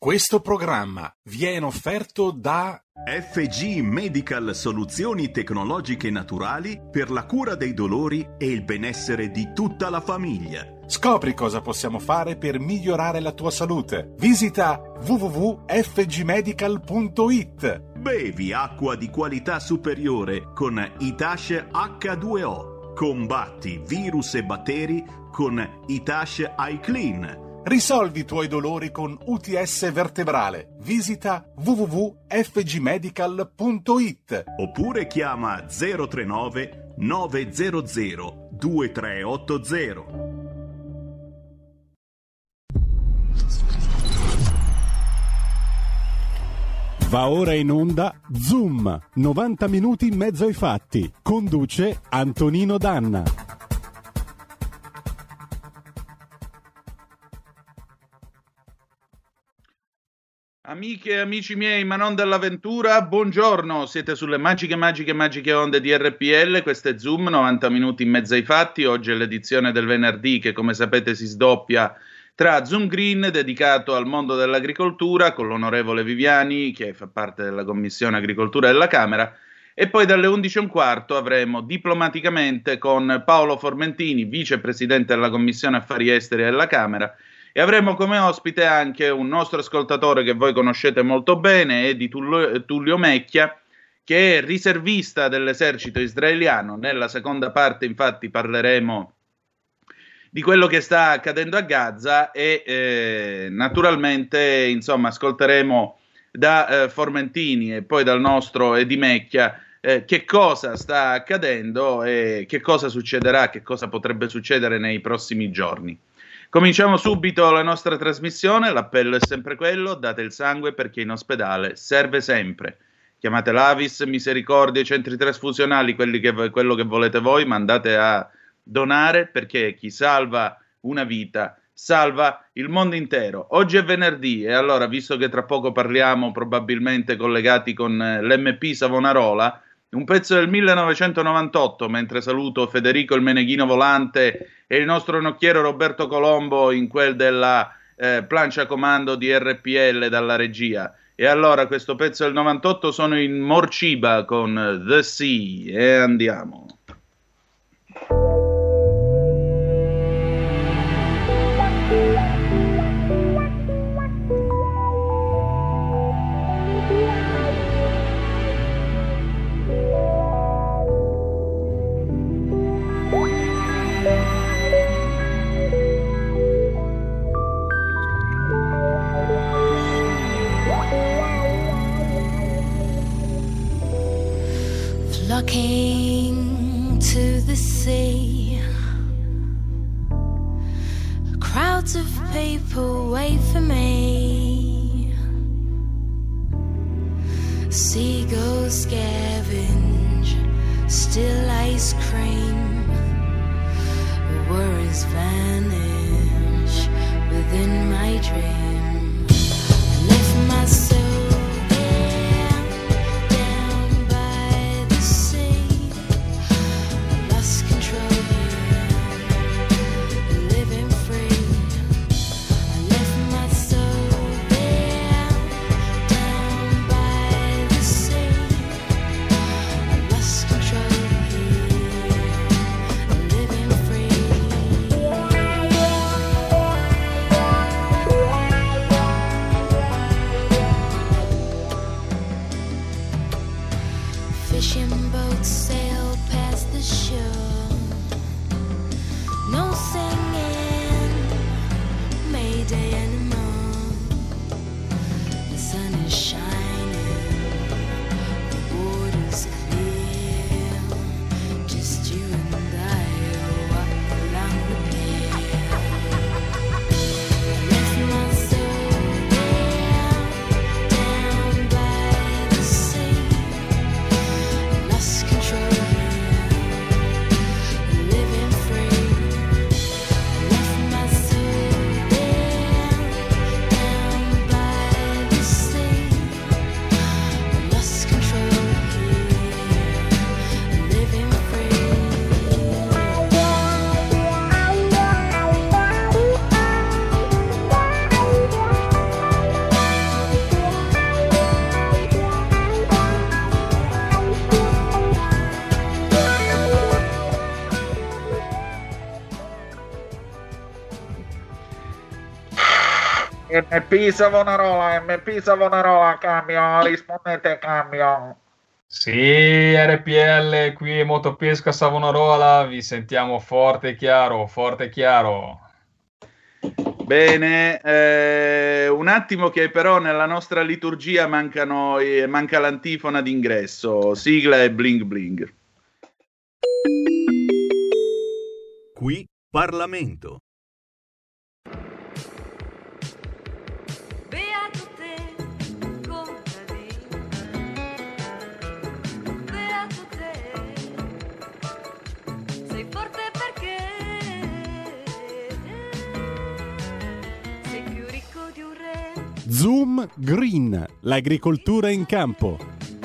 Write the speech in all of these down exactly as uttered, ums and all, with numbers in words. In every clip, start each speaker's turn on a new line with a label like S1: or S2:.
S1: Questo programma viene offerto da
S2: F G Medical Soluzioni Tecnologiche Naturali per la cura dei dolori e il benessere di tutta la famiglia.
S1: Scopri cosa possiamo fare per migliorare la tua salute. Visita w w w punto f g medical punto i t.
S2: Bevi acqua di qualità superiore con Itash H due O. Combatti virus e batteri con Itash iClean.
S1: Risolvi i tuoi dolori con U T S vertebrale. Visita w w w punto f g medical punto i t.
S2: Oppure chiama zero tre nove nove zero zero due tre otto zero.
S3: Va ora in onda Zoom, novanta minuti in mezzo ai fatti. Conduce Antonino Danna.
S4: Amiche e amici miei, ma non dell'avventura, buongiorno, siete sulle magiche, magiche, magiche onde di R P L, questo è Zoom, novanta minuti in mezzo ai fatti, oggi è l'edizione del venerdì che come sapete si sdoppia tra Zoom Green, dedicato al mondo dell'agricoltura, con l'onorevole Viviani, che fa parte della Commissione Agricoltura della Camera, e poi dalle undici e un quarto avremo diplomaticamente con Paolo Formentini, vicepresidente della Commissione Affari Esteri della Camera, e avremo come ospite anche un nostro ascoltatore che voi conoscete molto bene, è di Tullio, Tullio Mecchia, che è riservista dell'esercito israeliano. Nella seconda parte infatti parleremo di quello che sta accadendo a Gaza e eh, naturalmente insomma ascolteremo da eh, Formentini e poi dal nostro Edi Mecchia eh, che cosa sta accadendo e che cosa succederà, che cosa potrebbe succedere nei prossimi giorni. Cominciamo subito la nostra trasmissione, l'appello è sempre quello, date il sangue perché in ospedale serve sempre. Chiamate l'Avis, Misericordia, i centri trasfusionali, quelli che, quello che volete voi, ma andate a donare perché chi salva una vita salva il mondo intero. Oggi è venerdì e allora, visto che tra poco parliamo probabilmente collegati con l'M P Savonarola, un pezzo del millenovecentonovantotto, mentre saluto Federico il Meneghino Volante e il nostro nocchiero Roberto Colombo in quel della eh, plancia comando di R P L dalla regia. E allora questo pezzo del novantotto sono in Morciba con The Sea e andiamo.
S5: Flocking to the sea, crowds of people wait for me. Seagulls scavenge still ice cream, worries vanish within my dream. I lift myself
S6: M P Savonarola, M P Savonarola, cambio, rispondete cambio.
S7: Sì, R P L, qui Motopesca Savonarola, vi sentiamo forte e chiaro, forte e chiaro.
S4: Bene, eh, un attimo che però nella nostra liturgia mancano, eh, manca l'antifona d'ingresso, sigla e bling bling.
S2: Qui Parlamento.
S5: Beato te, contadino, beato te, sei forte perché sei più ricco di un re.
S3: Zoom Green, l'agricoltura in campo.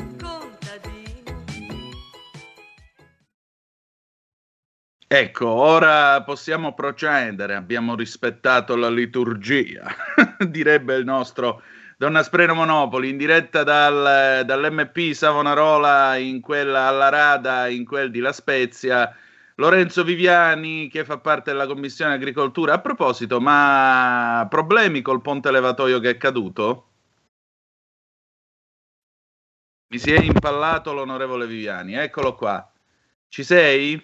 S4: Ecco, ora possiamo procedere, abbiamo rispettato la liturgia, direbbe il nostro Don Aspreno Monopoli, in diretta dal, dall'M P Savonarola, in quella alla Rada, in quel di La Spezia, Lorenzo Viviani che fa parte della Commissione Agricoltura. A proposito, ma problemi col ponte levatoio che è caduto? Mi si è impallato l'onorevole Viviani, eccolo qua. Ci sei?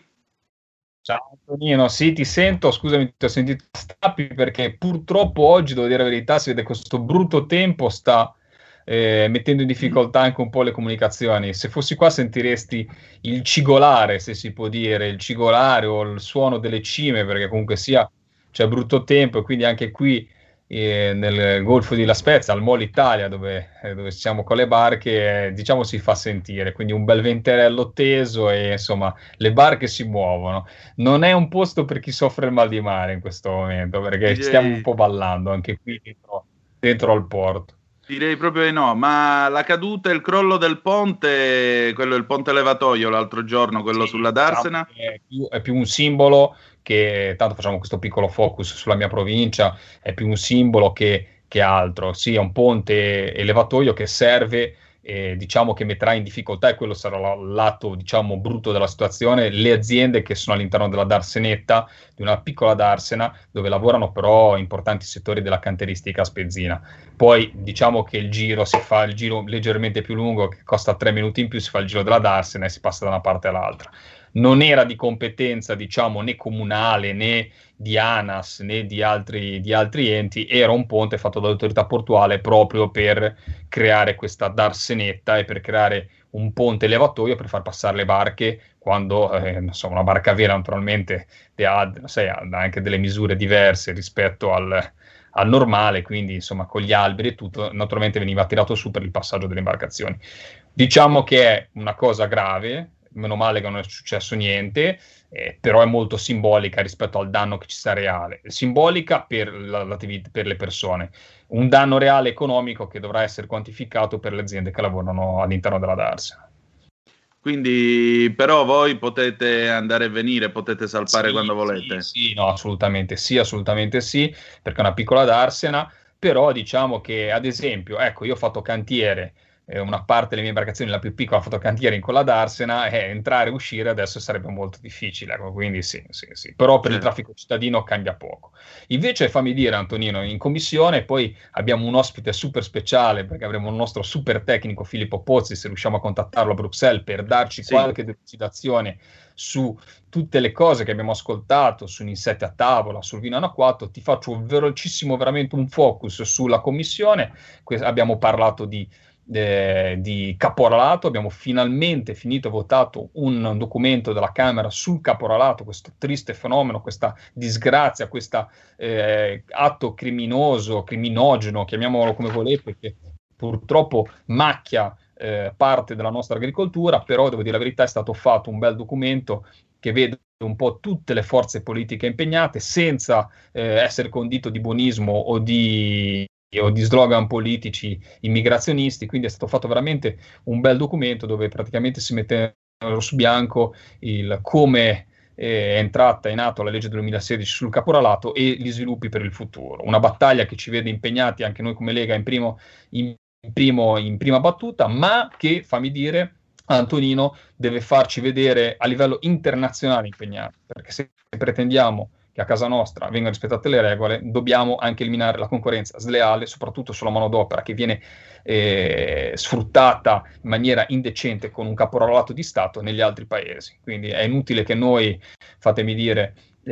S7: Ciao Antonino, sì, ti sento, scusami, ti ho sentito strappi perché purtroppo oggi, devo dire la verità, si vede questo brutto tempo sta eh, mettendo in difficoltà anche un po' le comunicazioni. Se fossi qua sentiresti il cigolare, se si può dire, il cigolare o il suono delle cime, perché comunque sia c'è brutto tempo e quindi anche qui eh, nel Golfo di La Spezia, al Molo Italia, dove, eh, dove siamo con le barche, eh, diciamo si fa sentire, quindi un bel venterello teso e insomma le barche si muovono. Non è un posto per chi soffre il mal di mare in questo momento, perché
S4: Direi...
S7: stiamo un po' ballando anche qui dentro, dentro al porto.
S4: Direi proprio di no, ma la caduta e il crollo del ponte, quello del ponte levatoio l'altro giorno, quello
S7: Sì,
S4: sulla Darsena?
S7: È più, è più un simbolo che, tanto facciamo questo piccolo focus sulla mia provincia, è più un simbolo che, che altro. Sì, è un ponte elevatoio che serve, eh, diciamo che metterà in difficoltà, e quello sarà il lato, diciamo, brutto della situazione, le aziende che sono all'interno della Darsenetta, di una piccola Darsena, dove lavorano però importanti settori della canteristica spezzina. Poi diciamo che il giro si fa il giro leggermente più lungo, che costa tre minuti in più, si fa il giro della Darsena e si passa da una parte all'altra. Non era di competenza, diciamo, né comunale né di ANAS né di altri, di altri enti, era un ponte fatto dall'autorità portuale proprio per creare questa Darsenetta e per creare un ponte levatoio per far passare le barche quando, eh, non so, una barca vera naturalmente ha, sai, ha anche delle misure diverse rispetto al, al normale, quindi insomma con gli alberi e tutto naturalmente veniva tirato su per il passaggio delle imbarcazioni. Diciamo che è una cosa grave, meno male che non è successo niente, eh, però è molto simbolica rispetto al danno che ci sta reale. Simbolica per, la, per le persone, un danno reale economico che dovrà essere quantificato per le aziende che lavorano all'interno della Darsena.
S4: Quindi però voi potete andare e venire, potete salpare
S7: sì,
S4: quando volete.
S7: Sì, sì, no, assolutamente sì, assolutamente sì, perché è una piccola Darsena, però diciamo che ad esempio, ecco, io ho fatto cantiere, eh, una parte delle mie imbarcazioni, la più piccola, ha fatto cantiere in quella Darsena, e eh, entrare e uscire adesso sarebbe molto difficile, ecco, quindi sì, sì, sì, però per certo. Il traffico cittadino cambia poco. Invece fammi dire, Antonino, in commissione poi abbiamo un ospite super speciale, perché avremo il nostro super tecnico Filippo Pozzi, se riusciamo a contattarlo a Bruxelles, per darci sì. qualche delucidazione su tutte le cose che abbiamo ascoltato, su insetti a tavola, sul vino anacquato. Ti faccio velocissimo veramente un focus sulla commissione. Que- abbiamo parlato di Eh, di caporalato, abbiamo finalmente finito e votato un documento della Camera sul caporalato, questo triste fenomeno, questa disgrazia, questo eh, atto criminoso, criminogeno, chiamiamolo come volete, che purtroppo macchia eh, parte della nostra agricoltura, però devo dire la verità, è stato fatto un bel documento che vede un po' tutte le forze politiche impegnate, senza eh, essere condito di buonismo o di o di slogan politici immigrazionisti, quindi è stato fatto veramente un bel documento dove praticamente si mette nero su bianco il come è entrata in atto la legge del duemilasedici sul caporalato e gli sviluppi per il futuro. Una battaglia che ci vede impegnati anche noi come Lega in, primo, in, primo, in prima battuta, ma che, fammi dire, Antonino, deve farci vedere a livello internazionale impegnati, perché se pretendiamo che a casa nostra vengano rispettate le regole, dobbiamo anche eliminare la concorrenza sleale, soprattutto sulla manodopera che viene eh, sfruttata in maniera indecente con un caporalato di Stato negli altri paesi. Quindi è inutile che noi, fatemi dire,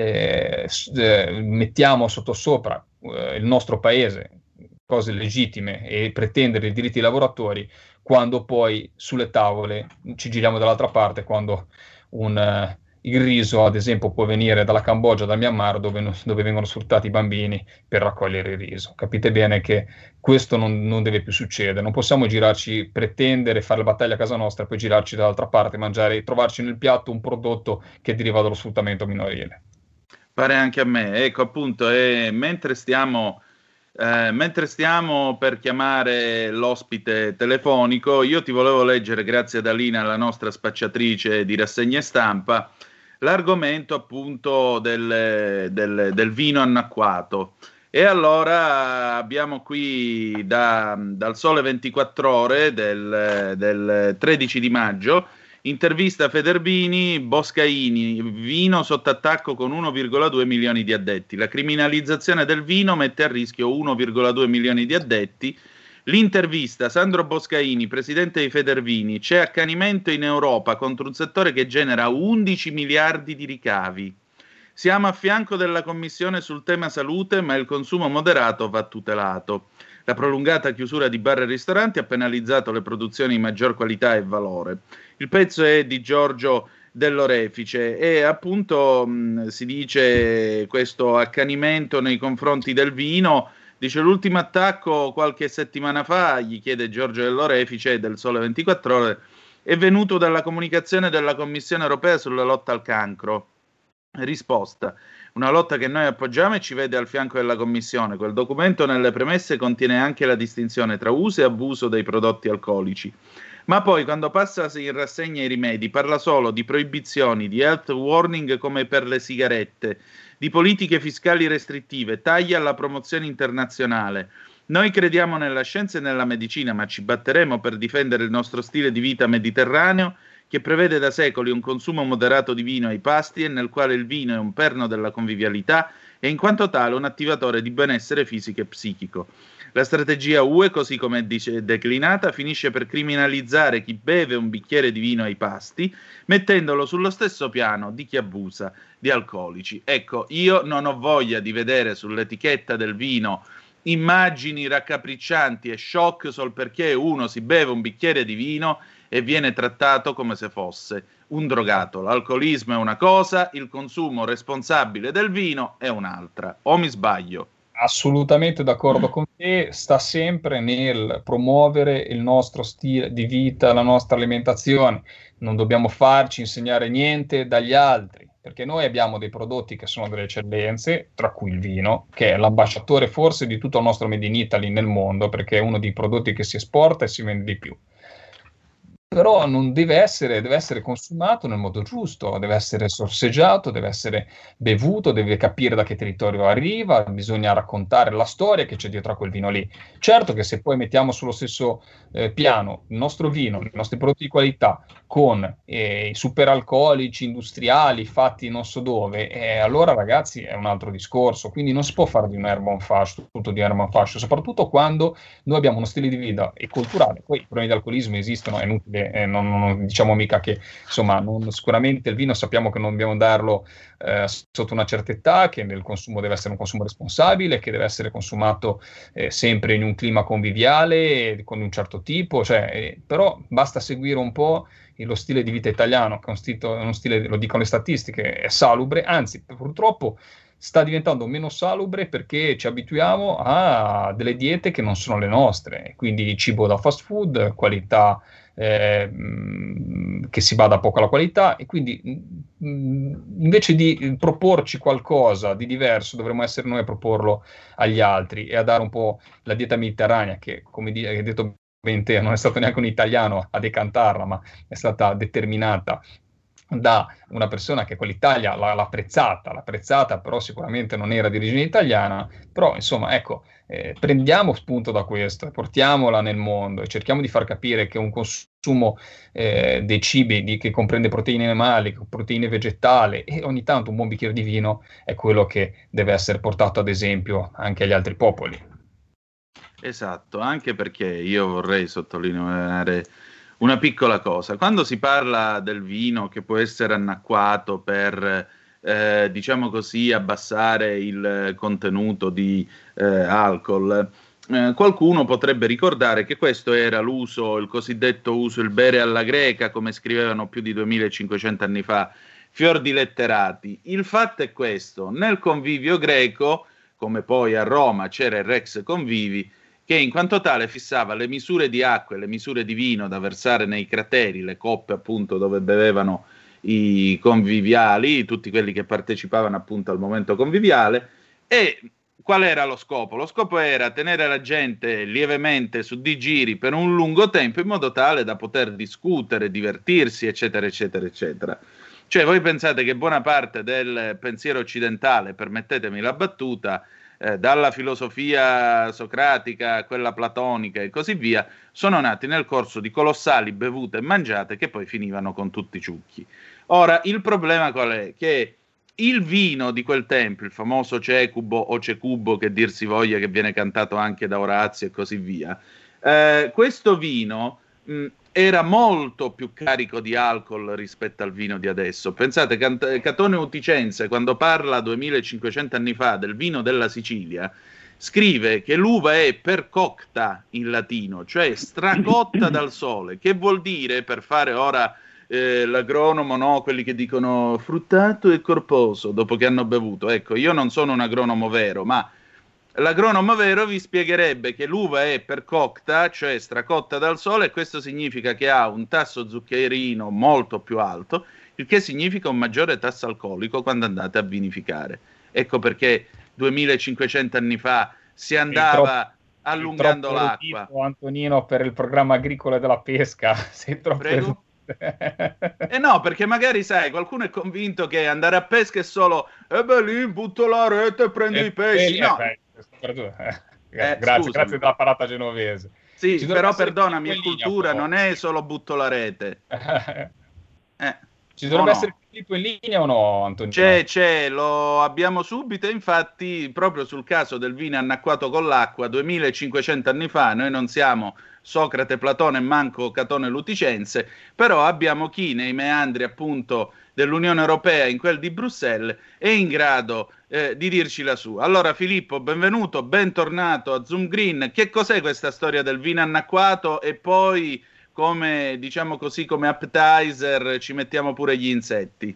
S7: eh, eh, mettiamo sottosopra eh, il nostro paese, cose legittime, e pretendere i diritti dei lavoratori, quando poi sulle tavole ci giriamo dall'altra parte, quando un, uh, il riso, ad esempio, può venire dalla Cambogia, dal Myanmar, dove, dove vengono sfruttati i bambini per raccogliere il riso. Capite bene che questo non, non deve più succedere. Non possiamo girarci, pretendere, fare la battaglia a casa nostra e poi girarci dall'altra parte, mangiare, trovarci nel piatto un prodotto che deriva dallo sfruttamento minorile.
S4: Pare anche a me. Ecco, appunto, eh, mentre stiamo... Eh, mentre stiamo per chiamare l'ospite telefonico, io ti volevo leggere, grazie ad Alina, la nostra spacciatrice di rassegne stampa, l'argomento appunto del, del, del vino annacquato. E allora abbiamo qui da, dal Sole ventiquattro Ore del, del tredici di maggio, intervista Federbini, Boscaini, vino sotto attacco con uno virgola due milioni di addetti. La criminalizzazione del vino mette a rischio uno virgola due milioni di addetti. L'intervista, Sandro Boscaini, presidente di Federvini, c'è accanimento in Europa contro un settore che genera undici miliardi di ricavi. Siamo a fianco della Commissione sul tema salute, ma il consumo moderato va tutelato. La prolungata chiusura di bar e ristoranti ha penalizzato le produzioni di maggior qualità e valore. Il pezzo è di Giorgio Dell'Orefice e appunto mh, si dice questo accanimento nei confronti del vino. Dice l'ultimo attacco qualche settimana fa, gli chiede Giorgio Dell'Orefice del Sole ventiquattro Ore, è venuto dalla comunicazione della Commissione europea sulla lotta al cancro. Risposta: una lotta che noi appoggiamo e ci vede al fianco della Commissione. Quel documento nelle premesse contiene anche la distinzione tra uso e abuso dei prodotti alcolici. Ma poi, quando passa in rassegna i rimedi, parla solo di proibizioni, di health warning come per le sigarette, di politiche fiscali restrittive, tagli alla promozione internazionale. Noi crediamo nella scienza e nella medicina, ma ci batteremo per difendere il nostro stile di vita mediterraneo, che prevede da secoli un consumo moderato di vino ai pasti e nel quale il vino è un perno della convivialità e in quanto tale un attivatore di benessere fisico e psichico. La strategia U E, così come è dice, declinata, finisce per criminalizzare chi beve un bicchiere di vino ai pasti, mettendolo sullo stesso piano di chi abusa di alcolici. Ecco, io non ho voglia di vedere sull'etichetta del vino immagini raccapriccianti e shock solo perché uno si beve un bicchiere di vino e viene trattato come se fosse un drogato. L'alcolismo è una cosa, il consumo responsabile del vino è un'altra. O mi sbaglio?
S7: Assolutamente d'accordo con te, sta sempre nel promuovere il nostro stile di vita, la nostra alimentazione. Non dobbiamo farci insegnare niente dagli altri, perché noi abbiamo dei prodotti che sono delle eccellenze, tra cui il vino, che è l'ambasciatore forse di tutto il nostro Made in Italy nel mondo, perché è uno dei prodotti che si esporta e si vende di più. Però non deve essere, deve essere consumato nel modo giusto, deve essere sorseggiato, deve essere bevuto, deve capire da che territorio arriva, bisogna raccontare la storia che c'è dietro a quel vino lì. Certo che se poi mettiamo sullo stesso eh, piano il nostro vino, i nostri prodotti di qualità, con eh, i superalcolici industriali fatti non so dove, eh, allora ragazzi è un altro discorso, quindi non si può fare di un'erba un fascio, tutto di erba un fascio, soprattutto quando noi abbiamo uno stile di vita e culturale, poi i problemi di alcolismo esistono, è inutile. Eh, non, non diciamo mica che insomma non, sicuramente il vino sappiamo che non dobbiamo darlo eh, sotto una certa età, che il consumo deve essere un consumo responsabile, che deve essere consumato eh, sempre in un clima conviviale con un certo tipo, cioè, eh, però basta seguire un po' lo stile di vita italiano, che è un stile, uno stile, lo dicono le statistiche, è salubre, anzi purtroppo sta diventando meno salubre perché ci abituiamo a delle diete che non sono le nostre, quindi cibo da fast food, qualità eh, che si bada poco alla qualità, e quindi mh, invece di proporci qualcosa di diverso dovremmo essere noi a proporlo agli altri e a dare un po' la dieta mediterranea che, come hai detto ben te, non è stato neanche un italiano a decantarla, ma è stata determinata da una persona che quell'Italia l'ha, l'ha apprezzata, l'ha apprezzata, però sicuramente non era di origine italiana, però insomma ecco, eh, prendiamo spunto da questo e portiamola nel mondo e cerchiamo di far capire che un consumo eh, dei cibi di, che comprende proteine animali, proteine vegetali e ogni tanto un buon bicchiere di vino è quello che deve essere portato ad esempio anche agli altri popoli.
S4: Esatto, anche perché io vorrei sottolineare una piccola cosa. Quando si parla del vino che può essere annacquato per, eh, diciamo così, abbassare il contenuto di eh, alcol, eh, qualcuno potrebbe ricordare che questo era l'uso, il cosiddetto uso, il bere alla greca, come scrivevano più di duemilacinquecento anni fa fior di letterati. Il fatto è questo: nel convivio greco, come poi a Roma c'era il Rex Convivi, che in quanto tale fissava le misure di acqua e le misure di vino da versare nei crateri, le coppe appunto dove bevevano i conviviali, tutti quelli che partecipavano appunto al momento conviviale. E qual era lo scopo? Lo scopo era tenere la gente lievemente su di giri per un lungo tempo, in modo tale da poter discutere, divertirsi, eccetera, eccetera, eccetera. Cioè, voi pensate che buona parte del pensiero occidentale, permettetemi la battuta, Eh, dalla filosofia socratica a quella platonica e così via, sono nati nel corso di colossali bevute e mangiate che poi finivano con tutti i ciucchi. Ora, il problema qual è? Che il vino di quel tempo, il famoso Cecubo o Cecubo, che dir si voglia, che viene cantato anche da Orazio e così via, eh, questo vino mh, era molto più carico di alcol rispetto al vino di adesso. Pensate, Cant- Catone Uticense, quando parla duemilacinquecento anni fa del vino della Sicilia, scrive che l'uva è percocta in latino, cioè stracotta dal sole, che vuol dire, per fare ora eh, l'agronomo, no? Quelli che dicono fruttato e corposo dopo che hanno bevuto. Ecco, io non sono un agronomo vero, ma l'agronomo vero vi spiegherebbe che l'uva è percocta, cioè stracotta dal sole, e questo significa che ha un tasso zuccherino molto più alto, il che significa un maggiore tasso alcolico quando andate a vinificare. Ecco perché duemilacinquecento anni fa si andava
S7: troppo,
S4: allungando
S7: troppo
S4: l'acqua.
S7: erudito, Antonino, per il programma agricolo e della pesca. Sei troppo
S4: Prego? Eh no, perché magari, sai, qualcuno è convinto che andare a pesca è solo e beh, lì butto la rete e prendo
S7: e,
S4: i pesci.
S7: e,
S4: No.
S7: eh, beh, eh,
S4: Eh,
S7: grazie,
S4: scusami.
S7: grazie della parata genovese.
S4: Sì,
S7: Ci dovrebbe
S4: però
S7: essere
S4: perdonami, è
S7: Filippo in linea,
S4: cultura,
S7: però.
S4: non è solo butto la rete. Eh,
S7: Ci
S4: o
S7: dovrebbe
S4: no?
S7: essere Filippo in linea o no, Antonino?
S4: C'è, c'è, lo abbiamo subito, infatti, proprio sul caso del vino annacquato con l'acqua, duemilacinquecento anni fa, noi non siamo Socrate, Platone e manco Catone Luticense, però abbiamo chi nei meandri appunto dell'Unione Europea, in quel di Bruxelles, è in grado eh, di dirci la sua. Allora Filippo, benvenuto, bentornato a Zoom Green. Che cos'è questa storia del vino annacquato e poi, come diciamo così, come appetizer ci mettiamo pure gli insetti?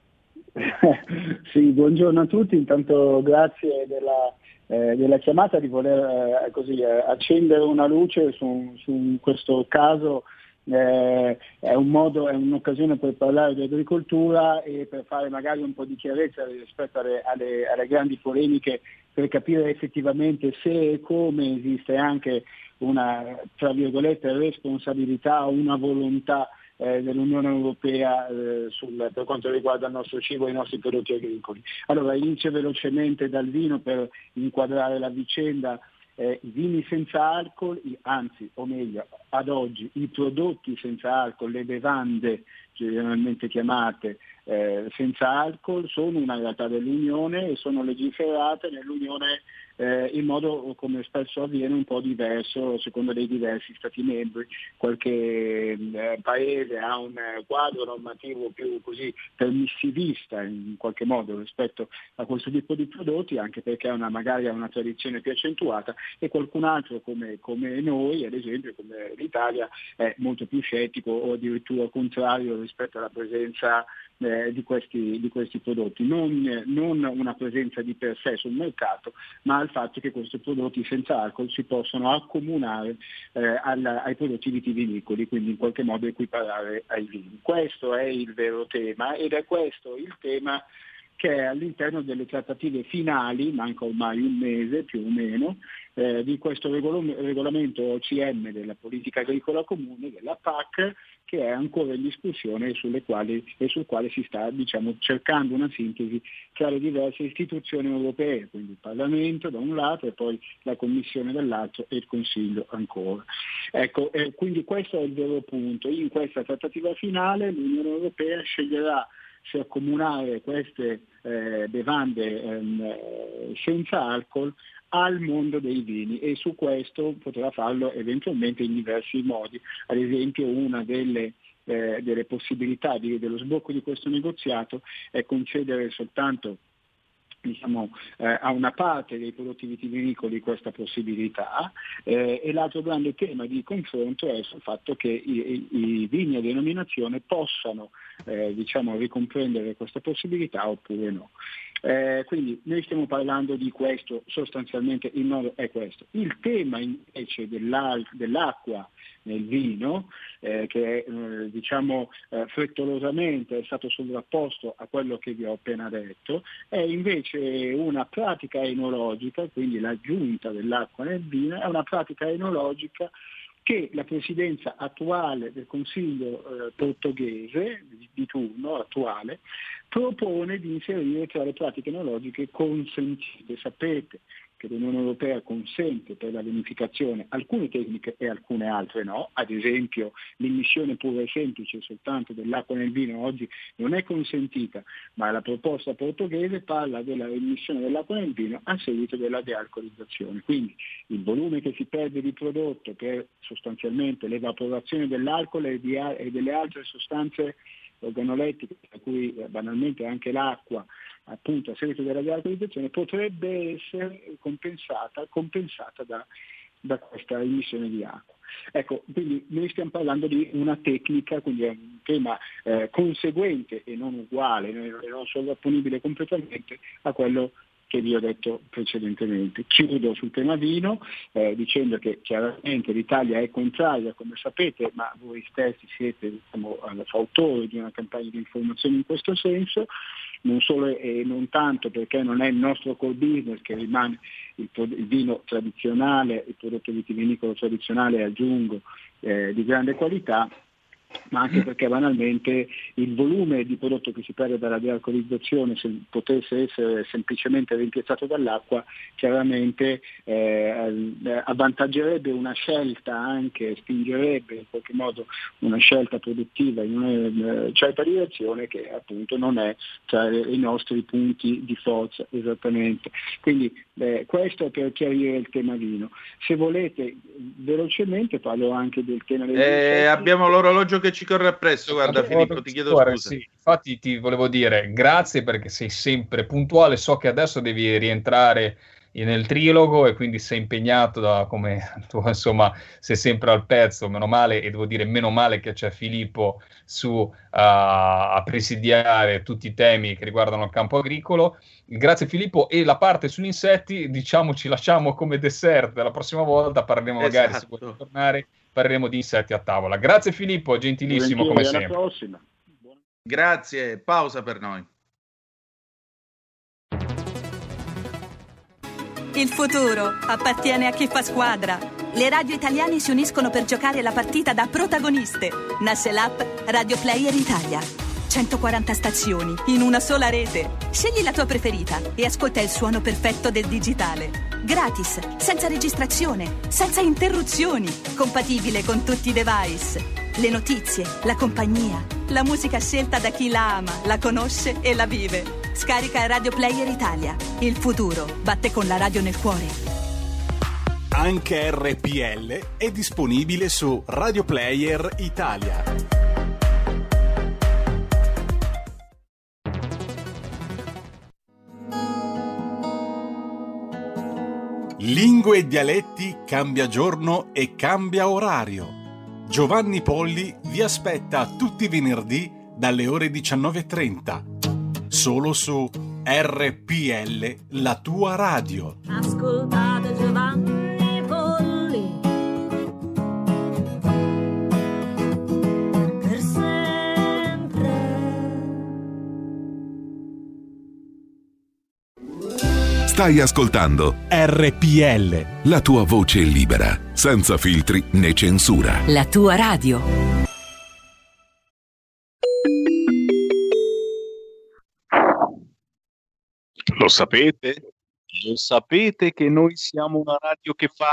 S8: Sì, buongiorno a tutti, intanto grazie della, eh, della chiamata, di voler eh, così, eh, accendere una luce su, su questo caso. Eh, è un modo, è un'occasione per parlare di agricoltura e per fare magari un po' di chiarezza rispetto alle, alle, alle grandi polemiche, per capire effettivamente se e come esiste anche una, tra virgolette, responsabilità o una volontà Eh, dell'Unione Europea eh, sul, per quanto riguarda il nostro cibo e i nostri prodotti agricoli. Allora inizio velocemente dal vino per inquadrare la vicenda. Eh, I vini senza alcol, anzi o meglio ad oggi i prodotti senza alcol, le bevande generalmente chiamate eh, senza alcol, sono una realtà dell'Unione e sono legiferate nell'Unione eh, in modo, come spesso avviene, un po' diverso secondo dei diversi Stati membri. Qualche eh, paese ha un eh, quadro normativo più così permissivista in qualche modo rispetto a questo tipo di prodotti, anche perché ha una, magari ha una tradizione più accentuata, e qualcun altro come, come noi, ad esempio come l'Italia, è molto più scettico o addirittura contrario rispetto alla presenza eh, di, questi, di questi prodotti. Non, eh, non una presenza di per sé sul mercato, ma al fatto che questi prodotti senza alcol si possono accomunare eh, alla, ai prodotti vitivinicoli, quindi in qualche modo equiparare ai vini. Questo è il vero tema ed è questo il tema che è all'interno delle trattative finali, manca ormai un mese più o meno, eh, di questo regol- regolamento O C M della politica agricola comune, della P A C, che è ancora in discussione e, sulle quali, e sul quale si sta diciamo, cercando una sintesi tra le diverse istituzioni europee, quindi il Parlamento da un lato e poi la Commissione dall'altro e il Consiglio ancora. Ecco, eh, quindi questo è il vero punto. In questa trattativa finale l'Unione Europea sceglierà se accomunare queste eh, bevande ehm, senza alcol al mondo dei vini, e su questo potrà farlo eventualmente in diversi modi. Ad esempio una delle, eh, delle possibilità di, dello sbocco di questo negoziato è concedere soltanto diciamo, eh, a una parte dei prodotti vitivinicoli questa possibilità, eh, e l'altro grande tema di confronto è sul fatto che i, i, i vini a denominazione possano eh, diciamo, ricomprendere questa possibilità oppure no. Eh, quindi noi stiamo parlando di questo, sostanzialmente il nodo è questo. Il tema invece dell'acqua nel vino, eh, che eh, diciamo eh, frettolosamente è stato sovrapposto a quello che vi ho appena detto, è invece una pratica enologica, quindi l'aggiunta dell'acqua nel vino è una pratica enologica che la presidenza attuale del Consiglio eh, portoghese, di, di turno attuale, propone di inserire tra le pratiche enologiche consentite. Sapete che l'Unione Europea consente per la vinificazione alcune tecniche e alcune altre no, ad esempio l'immissione pura e semplice soltanto dell'acqua nel vino oggi non è consentita, ma la proposta portoghese parla della immissione dell'acqua nel vino a seguito della dealcolizzazione, quindi il volume che si perde di prodotto per sostanzialmente l'evaporazione dell'alcol e, di, e delle altre sostanze organolettiche, tra cui eh, banalmente anche l'acqua, appunto a seguito della dealcolizzazione, potrebbe essere compensata, compensata da, da questa emissione di acqua. Ecco, quindi noi stiamo parlando di una tecnica, quindi è un tema eh, conseguente e non uguale, e non sovrapponibile completamente a quello che vi ho detto precedentemente. Chiudo sul tema vino eh, dicendo che chiaramente l'Italia è contraria, come sapete, ma voi stessi siete diciamo, autori di una campagna di informazione in questo senso, non solo e non tanto perché non è il nostro core business, che rimane il, il vino tradizionale, il prodotto vitivinicolo tradizionale, aggiungo, eh, di grande qualità, ma anche perché banalmente il volume di prodotto che si perde dalla dealcolizzazione, se potesse essere semplicemente rimpiazzato dall'acqua, chiaramente eh, avvantaggerebbe una scelta, anche spingerebbe in qualche modo una scelta produttiva in una certa direzione che appunto non è tra i nostri punti di forza esattamente. Quindi eh, questo è per chiarire il tema vino. Se volete velocemente parlo anche del tema del
S4: eh, abbiamo l'orologio che ci corre appresso, guarda Filippo, ti chiedo
S7: Ora,
S4: scusa.
S7: Sì, infatti ti volevo dire grazie perché sei sempre puntuale, so che adesso devi rientrare nel trilogo e quindi sei impegnato da, come tu insomma sei sempre al pezzo, meno male, e devo dire meno male che c'è Filippo su uh, a presidiare tutti i temi che riguardano il campo agricolo. Grazie Filippo, e la parte sugli insetti diciamo ci lasciamo come dessert, la prossima volta parleremo magari
S4: esatto.
S7: se vuoi tornare parleremo di insetti a tavola. Grazie Filippo, gentilissimo come sempre.
S8: Alla prossima.
S4: Grazie, pausa per noi.
S9: Il futuro appartiene a chi fa squadra. Le radio italiane si uniscono per giocare la partita da protagoniste. Nasce l'app Radio Player Italia. centoquaranta stazioni in una sola rete. Scegli la tua preferita e ascolta il suono perfetto del digitale. Gratis, senza registrazione, senza interruzioni, compatibile con tutti i device. Le notizie, la compagnia, la musica scelta da chi la ama, la conosce e la vive. Scarica Radio Player Italia. Il futuro batte con la radio nel cuore.
S3: Anche R P L è disponibile su Radio Player Italia. Lingue e dialetti cambia giorno e cambia orario. Giovanni Polli vi aspetta tutti i venerdì dalle ore diciannove e trenta. Solo su R P L, la tua radio.
S5: Ascoltate Giovanni Polli per sempre.
S10: Stai ascoltando
S3: R P L,
S10: la tua voce libera, senza filtri né censura.
S9: La tua radio.
S2: Lo sapete? Lo sapete che noi siamo una radio che fa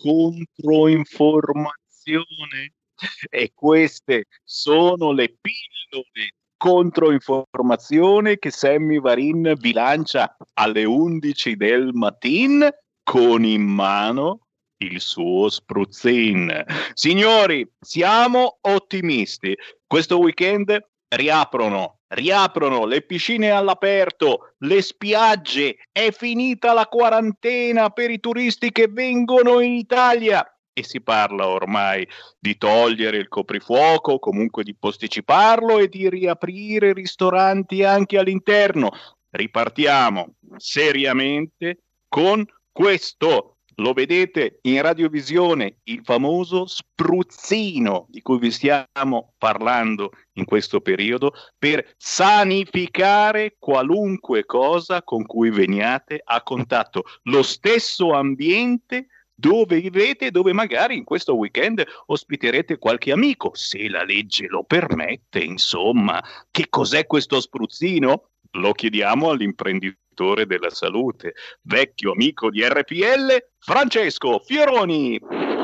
S2: controinformazione? E queste sono le pillole controinformazione che Sammy Varin vi lancia alle undici del mattino con in mano il suo spruzzin. Signori, siamo ottimisti. Questo weekend riaprono, riaprono le piscine all'aperto, le spiagge, è finita la quarantena per i turisti che vengono in Italia. E si parla ormai di togliere il coprifuoco, comunque di posticiparlo e di riaprire ristoranti anche all'interno. Ripartiamo seriamente con questo. Lo vedete in radiovisione, il famoso spruzzino di cui vi stiamo parlando in questo periodo per sanificare qualunque cosa con cui veniate a contatto. Lo stesso ambiente dove vivete, dove magari in questo weekend ospiterete qualche amico, se la legge lo permette, insomma. Che cos'è questo spruzzino? Lo chiediamo all'imprenditore della salute, vecchio amico di R P L, Francesco Fioroni.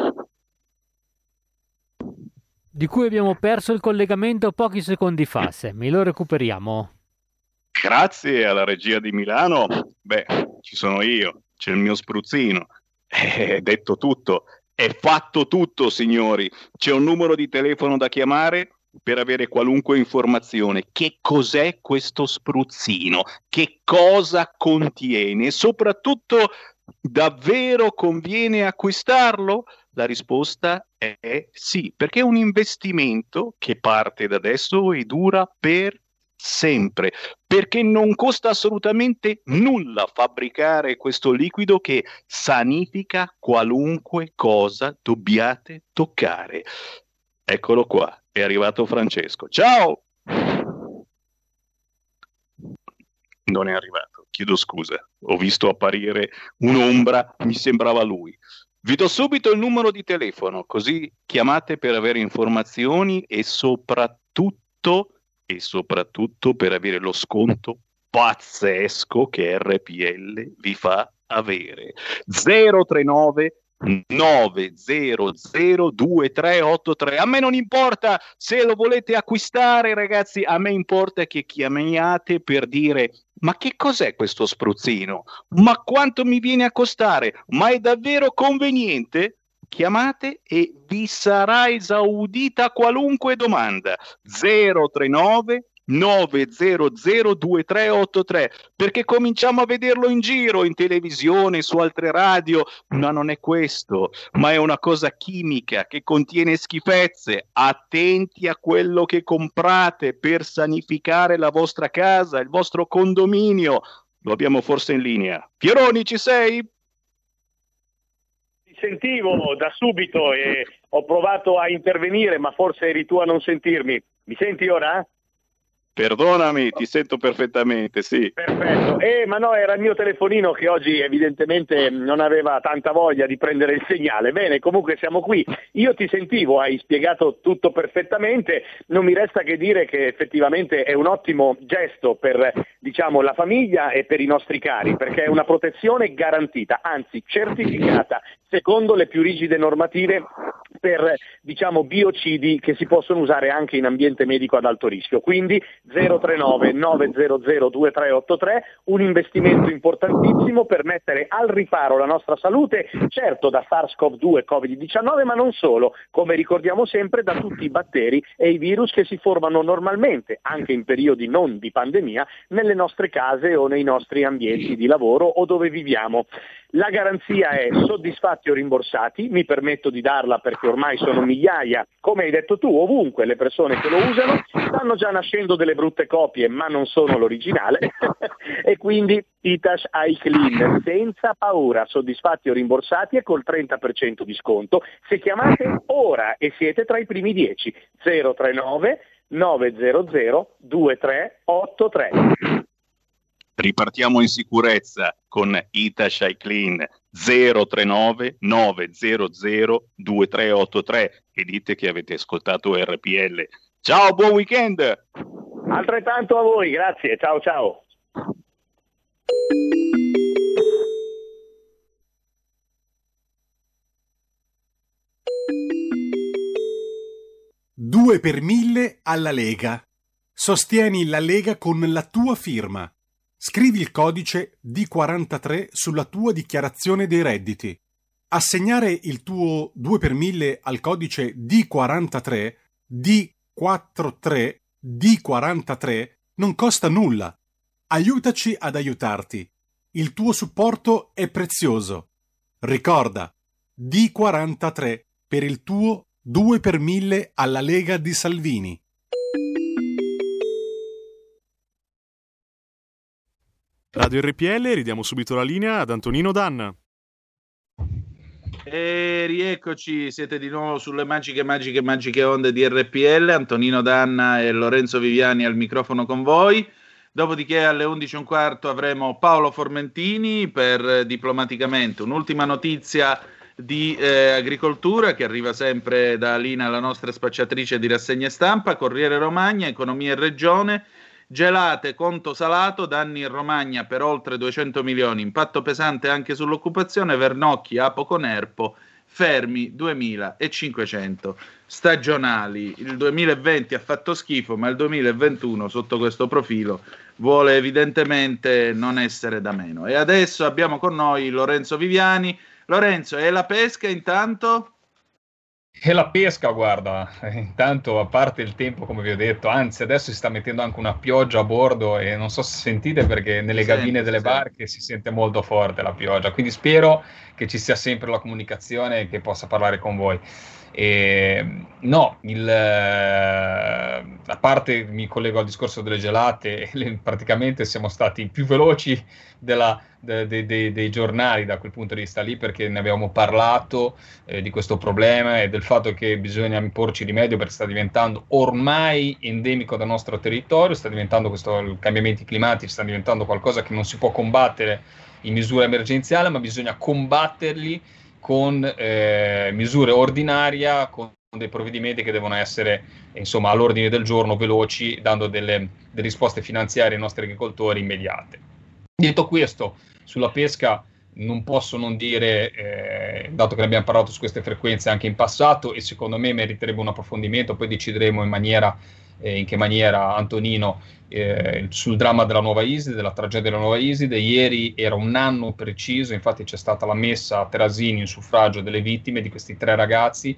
S11: Di cui abbiamo perso il collegamento pochi secondi fa, Sammy, lo recuperiamo.
S2: Grazie alla regia di Milano, beh, ci sono io, c'è il mio spruzzino. È detto tutto, è fatto tutto, signori. C'è un numero di telefono da chiamare per avere qualunque informazione. Che cos'è questo spruzzino? Che cosa contiene? E soprattutto, davvero conviene acquistarlo? La risposta è sì, perché è un investimento che parte da adesso e dura per sempre, perché non costa assolutamente nulla fabbricare questo liquido che sanifica qualunque cosa dobbiate toccare. Eccolo qua, è arrivato Francesco. Ciao! Non è arrivato, chiedo scusa, ho visto apparire un'ombra, mi sembrava lui. Vi do subito il numero di telefono, così chiamate per avere informazioni e soprattutto e soprattutto per avere lo sconto pazzesco che R P L vi fa avere. zero tre nove nove zero zero due tre otto tre. A me non importa se lo volete acquistare, ragazzi, a me importa che chiamiate per dire: ma che cos'è questo spruzzino? Ma quanto mi viene a costare? Ma è davvero conveniente? Chiamate e vi sarà esaudita qualunque domanda. zero tre nove nove zero zero due tre otto tre, perché cominciamo a vederlo in giro, in televisione, su altre radio, ma non è questo, ma è una cosa chimica che contiene schifezze. Attenti a quello che comprate per sanificare la vostra casa, il vostro condominio. Lo abbiamo forse in linea. Pieroni, ci sei?
S12: Sentivo da subito e ho provato a intervenire, ma forse eri tu a non sentirmi. Mi senti ora?
S2: Perdonami, ti sento perfettamente, sì.
S12: Perfetto, eh, ma no, era il mio telefonino che oggi evidentemente non aveva tanta voglia di prendere il segnale. Bene, comunque siamo qui. Io ti sentivo, hai spiegato tutto perfettamente, non mi resta che dire che effettivamente è un ottimo gesto per, diciamo, la famiglia e per i nostri cari, perché è una protezione garantita, anzi certificata, secondo le più rigide normative per, diciamo, biocidi che si possono usare anche in ambiente medico ad alto rischio. Quindi zero tre nove nove zero zero due tre otto tre, un investimento importantissimo per mettere al riparo la nostra salute, certo da SARS-CoV due Covid diciannove, ma non solo, come ricordiamo sempre, da tutti i batteri e i virus che si formano normalmente, anche in periodi non di pandemia, nelle nostre case o nei nostri ambienti di lavoro o dove viviamo. La garanzia è soddisfatti o rimborsati, mi permetto di darla perché ormai sono migliaia, come hai detto tu, ovunque le persone che lo usano, stanno già nascendo delle brutte copie, ma non sono l'originale, e quindi Itash iClean, senza paura, soddisfatti o rimborsati e col trenta per cento di sconto, se chiamate ora e siete tra i primi dieci, zero tre nove nove zero zero due tre otto tre.
S2: Ripartiamo in sicurezza con Ita Shy Clean zero tre nove nove zero zero due tre otto tre e dite che avete ascoltato R P L. Ciao, buon weekend!
S12: Altrettanto a voi, grazie, ciao ciao.
S3: due per mille alla Lega. Sostieni la Lega con la tua firma. Scrivi il codice D quarantatré sulla tua dichiarazione dei redditi. Assegnare il tuo due per mille al codice D quarantatré, D quarantatré, D quarantatré non costa nulla. Aiutaci ad aiutarti. Il tuo supporto è prezioso. Ricorda, D quarantatré per il tuo due per mille alla Lega di Salvini.
S13: Radio R P L, ridiamo subito la linea ad Antonino Danna.
S4: E rieccoci, siete di nuovo sulle magiche, magiche, magiche onde di R P L. Antonino Danna e Lorenzo Viviani al microfono con voi. Dopodiché alle undici e un quarto avremo Paolo Formentini per Diplomaticamente. Un'ultima notizia di eh, agricoltura che arriva sempre da Alina, la nostra spacciatrice di rassegne stampa. Corriere Romagna, Economia e Regione. Gelate, conto salato, danni in Romagna per oltre duecento milioni, impatto pesante anche sull'occupazione, Vernocchi, Apo con Erpo, fermi duemilacinquecento stagionali. Il duemilaventi ha fatto schifo, ma il duemilaventuno sotto questo profilo vuole evidentemente non essere da meno. E adesso abbiamo con noi Lorenzo Viviani. Lorenzo, e la pesca intanto?
S7: E la pesca, guarda, intanto a parte il tempo, come vi ho detto, anzi adesso si sta mettendo anche una pioggia a bordo e non so se sentite perché nelle cabine delle barche si sente molto forte la pioggia, quindi spero che ci sia sempre la comunicazione e che possa parlare con voi. E, no, il, a parte mi collego al discorso delle gelate, praticamente siamo stati più veloci della, de, de, de, dei giornali da quel punto di vista lì, perché ne avevamo parlato eh, di questo problema e del fatto che bisogna porci rimedio perché sta diventando ormai endemico dal nostro territorio, sta diventando questo, i cambiamenti climatici sta diventando qualcosa che non si può combattere in misura emergenziale, ma bisogna combatterli con eh, misure ordinarie, con dei provvedimenti che devono essere insomma all'ordine del giorno, veloci, dando delle, delle risposte finanziarie ai nostri agricoltori immediate. Detto questo, sulla pesca non posso non dire, eh, dato che ne abbiamo parlato su queste frequenze anche in passato, e secondo me meriterebbe un approfondimento, poi decideremo in maniera eh, in che maniera, Antonino, eh, sul dramma della Nuova Iside, della tragedia della Nuova Iside. Ieri era un anno preciso, infatti c'è stata la messa a Terasini in suffragio delle vittime di questi tre ragazzi,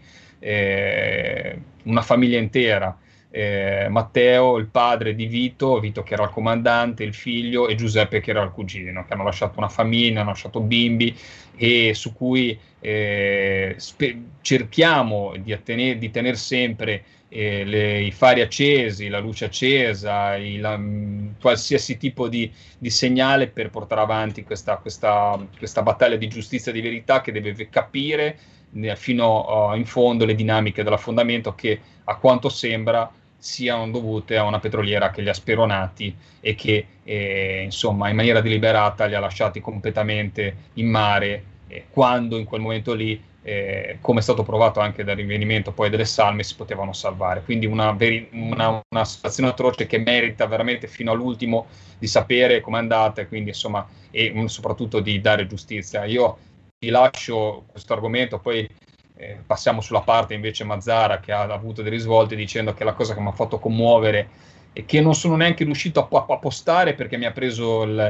S7: eh, una famiglia intera, eh, Matteo, il padre di Vito, Vito che era il comandante, il figlio, e Giuseppe che era il cugino, che hanno lasciato una famiglia, hanno lasciato bimbi, e su cui eh, spe- cerchiamo di, attene- di tenere sempre eh, le, i fari accesi, la luce accesa, i, la, mh, qualsiasi tipo di, di segnale per portare avanti questa, questa, questa battaglia di giustizia e di verità, che deve capire eh, fino uh, in fondo le dinamiche dell'affondamento, che a quanto sembra siano dovute a una petroliera che li ha speronati e che eh, insomma in maniera deliberata li ha lasciati completamente in mare, eh, quando in quel momento lì, eh, come è stato provato anche dal rinvenimento poi delle salme, si potevano salvare. Quindi una, veri- una, una situazione atroce che merita veramente fino all'ultimo di sapere com'è andata, e quindi insomma, e um, soprattutto di dare giustizia. Io vi lascio questo argomento, poi Eh, passiamo sulla parte invece Mazzara, che ha avuto dei risvolti, dicendo che la cosa che mi ha fatto commuovere e che non sono neanche riuscito a, a postare, perché mi ha preso il,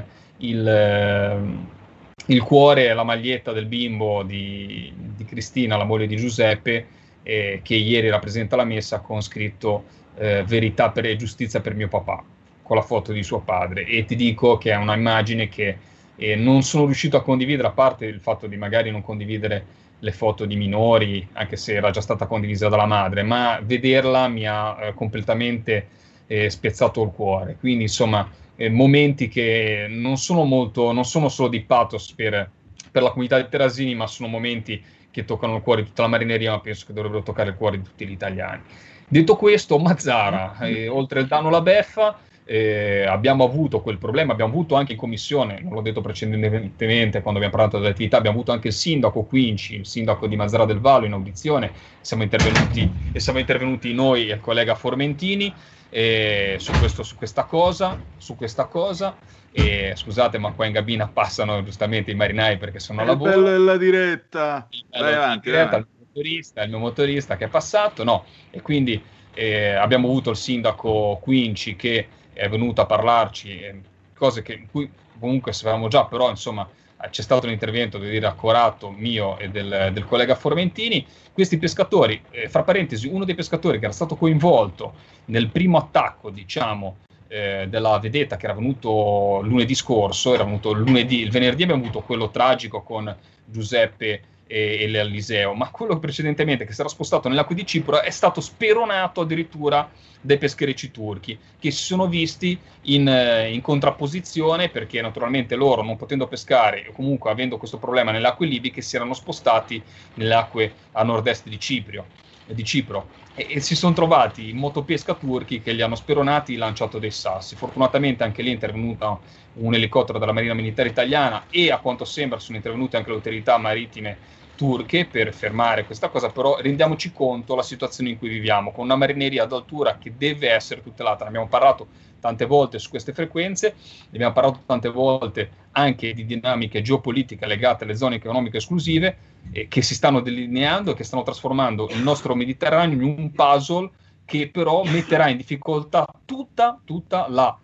S7: il, il cuore e la maglietta del bimbo di, di Cristina, la moglie di Giuseppe, eh, che ieri rappresenta la messa con scritto eh, verità per, e giustizia per mio papà, con la foto di suo padre. E ti dico che è una immagine che eh, non sono riuscito a condividere, a parte il fatto di magari non condividere le foto di minori, anche se era già stata condivisa dalla madre, ma vederla mi ha eh, completamente eh, spezzato il cuore. Quindi insomma, eh, momenti che non sono molto, non sono solo di pathos per, per la comunità di Terasini, ma sono momenti che toccano il cuore di tutta la marineria, ma penso che dovrebbero toccare il cuore di tutti gli italiani. Detto questo, Mazzara, eh, oltre il danno alla beffa, Eh, abbiamo avuto quel problema, abbiamo avuto anche in commissione, non l'ho detto precedentemente quando abbiamo parlato delle attività, abbiamo avuto anche il sindaco Quinci, il sindaco di Mazara del Vallo in audizione, siamo intervenuti e siamo intervenuti noi e il collega Formentini eh, su, questo, su questa cosa, su questa cosa. E scusate, ma qua in cabina passano giustamente i marinai perché sono a lavoro.
S4: Il bello della diretta,
S7: vai avanti, diretta, il motorista, il mio motorista che è passato, no, e quindi eh, abbiamo avuto il sindaco Quinci che è venuto a parlarci, eh, cose che cui comunque sapevamo già, però insomma c'è stato un intervento, devo dire, accorato mio e del, del collega Formentini. Questi pescatori, eh, fra parentesi, uno dei pescatori che era stato coinvolto nel primo attacco, diciamo, eh, della vedetta che era venuto lunedì scorso, era venuto lunedì, il venerdì abbiamo avuto quello tragico con Giuseppe e, e l'Eliseo, ma quello precedentemente che si era spostato nelle acque di Cipro è stato speronato addirittura dai pescherecci turchi, che si sono visti in, in contrapposizione perché naturalmente loro, non potendo pescare o comunque avendo questo problema nelle acque libiche, si erano spostati nelle acque a nord-est di Cipro, di Cipro e, e si sono trovati in motopesca turchi che li hanno speronati e lanciato dei sassi. Fortunatamente anche lì è intervenuta un elicottero della Marina Militare Italiana e a quanto sembra sono intervenute anche le autorità marittime turche per fermare questa cosa, però rendiamoci conto la situazione in cui viviamo, con una marineria d'altura che deve essere tutelata. Ne abbiamo parlato tante volte su queste frequenze, ne abbiamo parlato tante volte anche di dinamiche geopolitiche legate alle zone economiche esclusive eh, che si stanno delineando e che stanno trasformando il nostro Mediterraneo in un puzzle che però metterà in difficoltà tutta, tutta la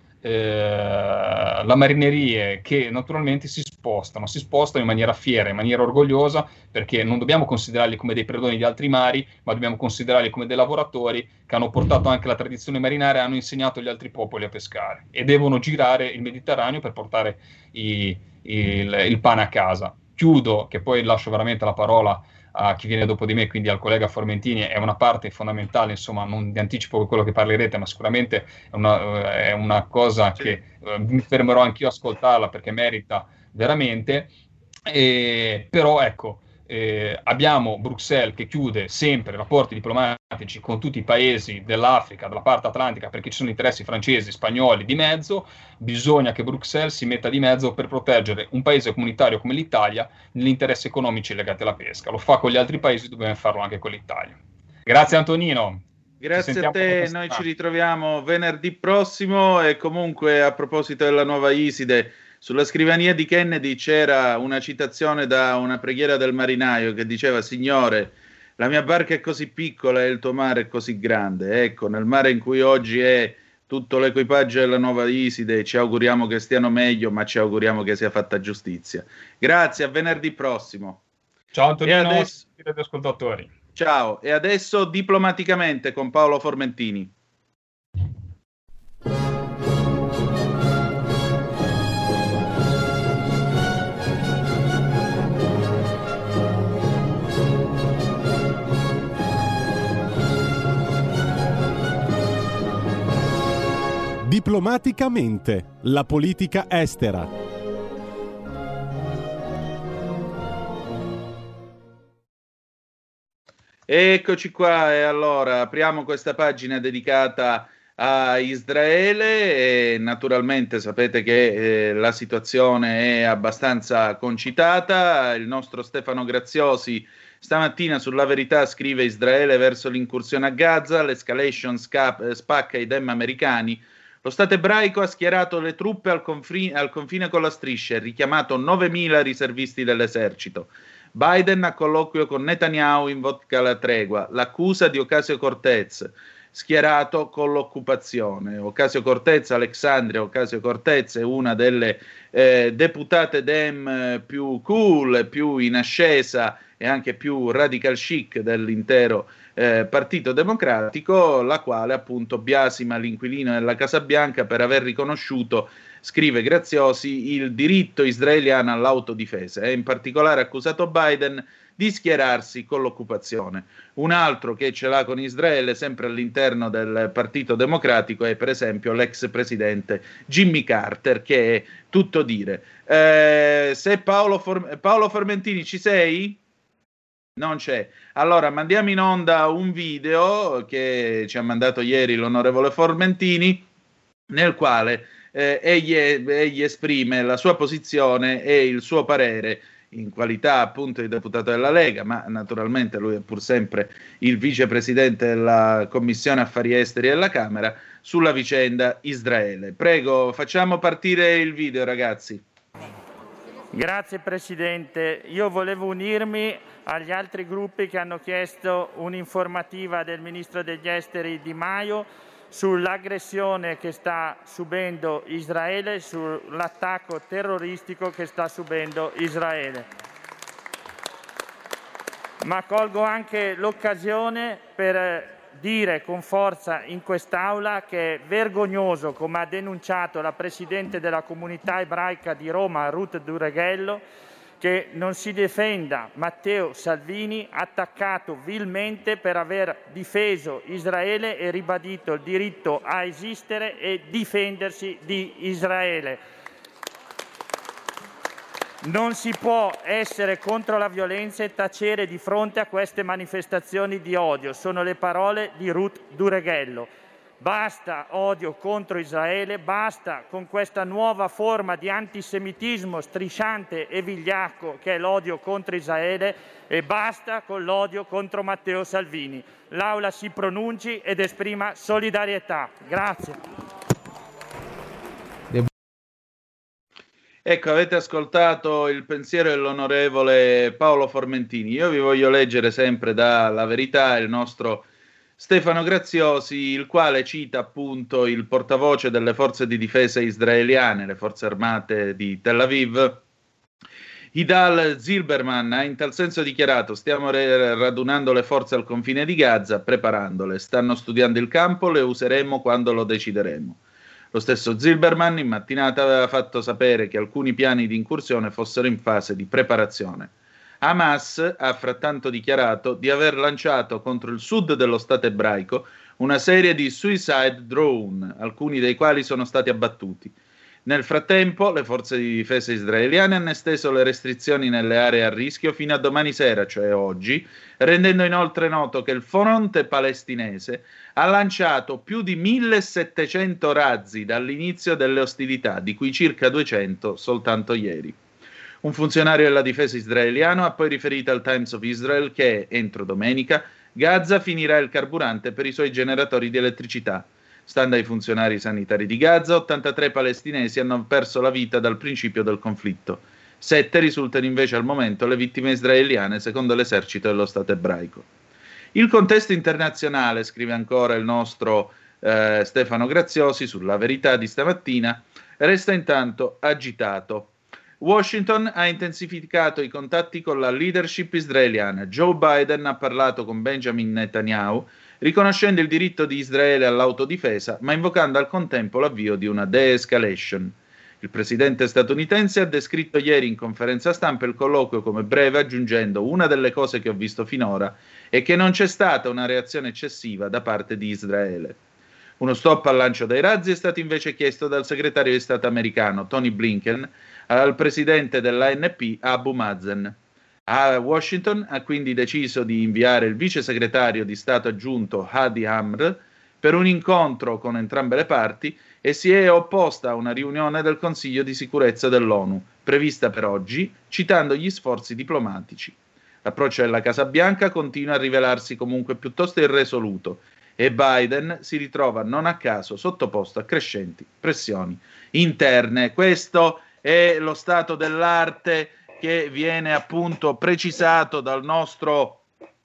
S7: Eh, la marinerie che naturalmente si spostano, si spostano in maniera fiera, in maniera orgogliosa, perché non dobbiamo considerarli come dei predoni di altri mari, ma dobbiamo considerarli come dei lavoratori che hanno portato anche la tradizione marinara e hanno insegnato agli altri popoli a pescare e devono girare il Mediterraneo per portare i, il, il pane a casa. Chiudo, che poi lascio veramente la parola a chi viene dopo di me, quindi al collega Formentini. È una parte fondamentale, insomma, non vi anticipo quello che parlerete, ma sicuramente è una, è una cosa sì. che eh, mi fermerò anch'io a ascoltarla perché merita veramente, e, però ecco, eh, abbiamo Bruxelles che chiude sempre rapporti diplomatici con tutti i paesi dell'Africa, della parte atlantica, perché ci sono interessi francesi, spagnoli di mezzo. Bisogna che Bruxelles si metta di mezzo per proteggere un paese comunitario come l'Italia negli interessi economici legati alla pesca. Lo fa con gli altri paesi, dobbiamo farlo anche con l'Italia. Grazie Antonino.
S4: Grazie a te, noi ci ritroviamo venerdì prossimo. E comunque, a proposito della nuova Iside, sulla scrivania di Kennedy c'era una citazione da una preghiera del marinaio che diceva: Signore, la mia barca è così piccola e il tuo mare è così grande. Ecco, nel mare in cui oggi è tutto l'equipaggio della nuova Iside, ci auguriamo che stiano meglio, ma ci auguriamo che sia fatta giustizia. Grazie, a venerdì prossimo.
S7: Ciao Antonino,
S4: e adesso...
S7: ascoltatori.
S4: Ciao, e adesso diplomaticamente con Paolo Formentini.
S3: Diplomaticamente, la politica estera.
S4: Eccoci qua, e allora apriamo questa pagina dedicata a Israele e naturalmente sapete che eh, la situazione è abbastanza concitata. Il nostro Stefano Graziosi stamattina sulla Verità scrive: Israele verso l'incursione a Gaza, l'escalation sca- spacca i dem americani. Lo Stato ebraico ha schierato le truppe al, confine, al confine con la striscia e richiamato novemila riservisti dell'esercito. Biden a colloquio con Netanyahu invoca la tregua. L'accusa di Ocasio-Cortez, schierato con l'occupazione. Ocasio-Cortez, Alexandria Ocasio-Cortez è una delle eh, deputate dem più cool, più in ascesa e anche più radical chic dell'intero eh, Partito Democratico, la quale appunto biasima l'inquilino della Casa Bianca per aver riconosciuto, scrive Graziosi, il diritto israeliano all'autodifesa e in particolare ha accusato Biden di schierarsi con l'occupazione. Un altro che ce l'ha con Israele, sempre all'interno del Partito Democratico, è per esempio l'ex presidente Jimmy Carter, che è tutto dire. Eh, se Paolo, For- Paolo Formentini, ci sei? Non c'è. Allora mandiamo in onda un video che ci ha mandato ieri l'onorevole Formentini, nel quale eh, egli, egli esprime la sua posizione e il suo parere in qualità appunto di deputato della Lega, ma naturalmente lui è pur sempre il vicepresidente della Commissione Affari Esteri della Camera, sulla vicenda Israele. Prego, facciamo partire il video, ragazzi.
S14: Grazie Presidente, io volevo unirmi agli altri gruppi che hanno chiesto un'informativa del Ministro degli Esteri Di Maio sull'aggressione che sta subendo Israele, sull'attacco terroristico che sta subendo Israele. Ma colgo anche l'occasione per dire con forza in quest'Aula che è vergognoso, come ha denunciato la Presidente della Comunità Ebraica di Roma, Ruth Dureghello, che non si difenda Matteo Salvini, attaccato vilmente per aver difeso Israele e ribadito il diritto a esistere e difendersi di Israele. Non si può essere contro la violenza e tacere di fronte a queste manifestazioni di odio. Sono le parole di Ruth Dureghello. Basta odio contro Israele, basta con questa nuova forma di antisemitismo strisciante e vigliacco che è l'odio contro Israele e basta con l'odio contro Matteo Salvini. L'Aula si pronunci ed esprima solidarietà. Grazie.
S4: Ecco, avete ascoltato il pensiero dell'onorevole Paolo Formentini. Io vi voglio leggere sempre dalla Verità il nostro Stefano Graziosi, il quale cita appunto il portavoce delle forze di difesa israeliane, le forze armate di Tel Aviv, Hidal Zilberman, ha in tal senso dichiarato: stiamo re- radunando le forze al confine di Gaza, preparandole, stanno studiando il campo, le useremo quando lo decideremo. Lo stesso Zilberman in mattinata aveva fatto sapere che alcuni piani di incursione fossero in fase di preparazione. Hamas ha frattanto dichiarato di aver lanciato contro il sud dello Stato ebraico una serie di suicide drone, alcuni dei quali sono stati abbattuti. Nel frattempo, le forze di difesa israeliane hanno esteso le restrizioni nelle aree a rischio fino a domani sera, cioè oggi, rendendo inoltre noto che il fronte palestinese ha lanciato più di millesettecento razzi dall'inizio delle ostilità, di cui circa duecento soltanto ieri. Un funzionario della difesa israeliano ha poi riferito al Times of Israel che, entro domenica, Gaza finirà il carburante per i suoi generatori di elettricità. Stando ai funzionari sanitari di Gaza, ottantatré palestinesi hanno perso la vita dal principio del conflitto. Sette risultano invece al momento le vittime israeliane, secondo l'esercito dello Stato ebraico. Il contesto internazionale, scrive ancora il nostro eh, Stefano Graziosi sulla Verità di stamattina, resta intanto agitato. Washington ha intensificato i contatti con la leadership israeliana. Joe Biden ha parlato con Benjamin Netanyahu, riconoscendo il diritto di Israele all'autodifesa, ma invocando al contempo l'avvio di una de-escalation. Il presidente statunitense ha descritto ieri in conferenza stampa il colloquio come breve, aggiungendo: una delle cose che ho visto finora è che non c'è stata una reazione eccessiva da parte di Israele. Uno stop al lancio dei razzi è stato invece chiesto dal segretario di Stato americano Tony Blinken al presidente dell'A N P Abu Mazen. A Washington ha quindi deciso di inviare il vice segretario di Stato aggiunto Hadi Amr per un incontro con entrambe le parti e si è opposta a una riunione del Consiglio di sicurezza dell'ONU, prevista per oggi, citando gli sforzi diplomatici. L'approccio della Casa Bianca continua a rivelarsi comunque piuttosto irresoluto e Biden si ritrova non a caso sottoposto a crescenti pressioni interne. Questo è lo stato dell'arte che viene appunto precisato dal nostro,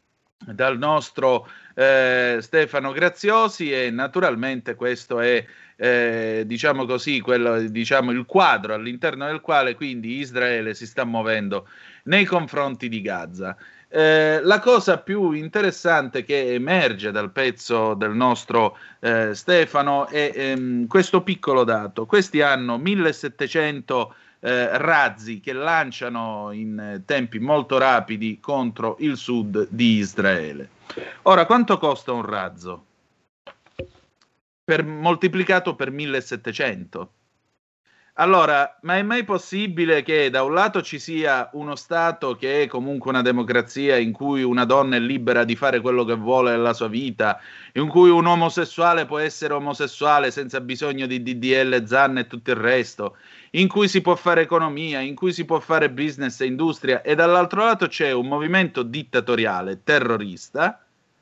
S4: dal nostro eh, Stefano Graziosi, e naturalmente questo è eh, diciamo così quello, diciamo, il quadro all'interno del quale quindi Israele si sta muovendo nei confronti di Gaza. Eh, la cosa più interessante che emerge dal pezzo del nostro eh, Stefano è ehm, questo piccolo dato. Questi hanno millesettecento Eh, razzi che lanciano in eh, tempi molto rapidi contro il sud di Israele. Ora, quanto costa un razzo? Per, moltiplicato per millesettecento. Allora, ma è mai possibile che da un lato ci sia uno Stato che è comunque una democrazia in cui una donna è libera di fare quello che vuole nella sua vita, in cui un omosessuale può essere omosessuale senza bisogno di D D L, Zan e tutto il resto, in cui si può fare economia, in cui si può fare business e industria, e dall'altro lato c'è un movimento dittatoriale, terrorista,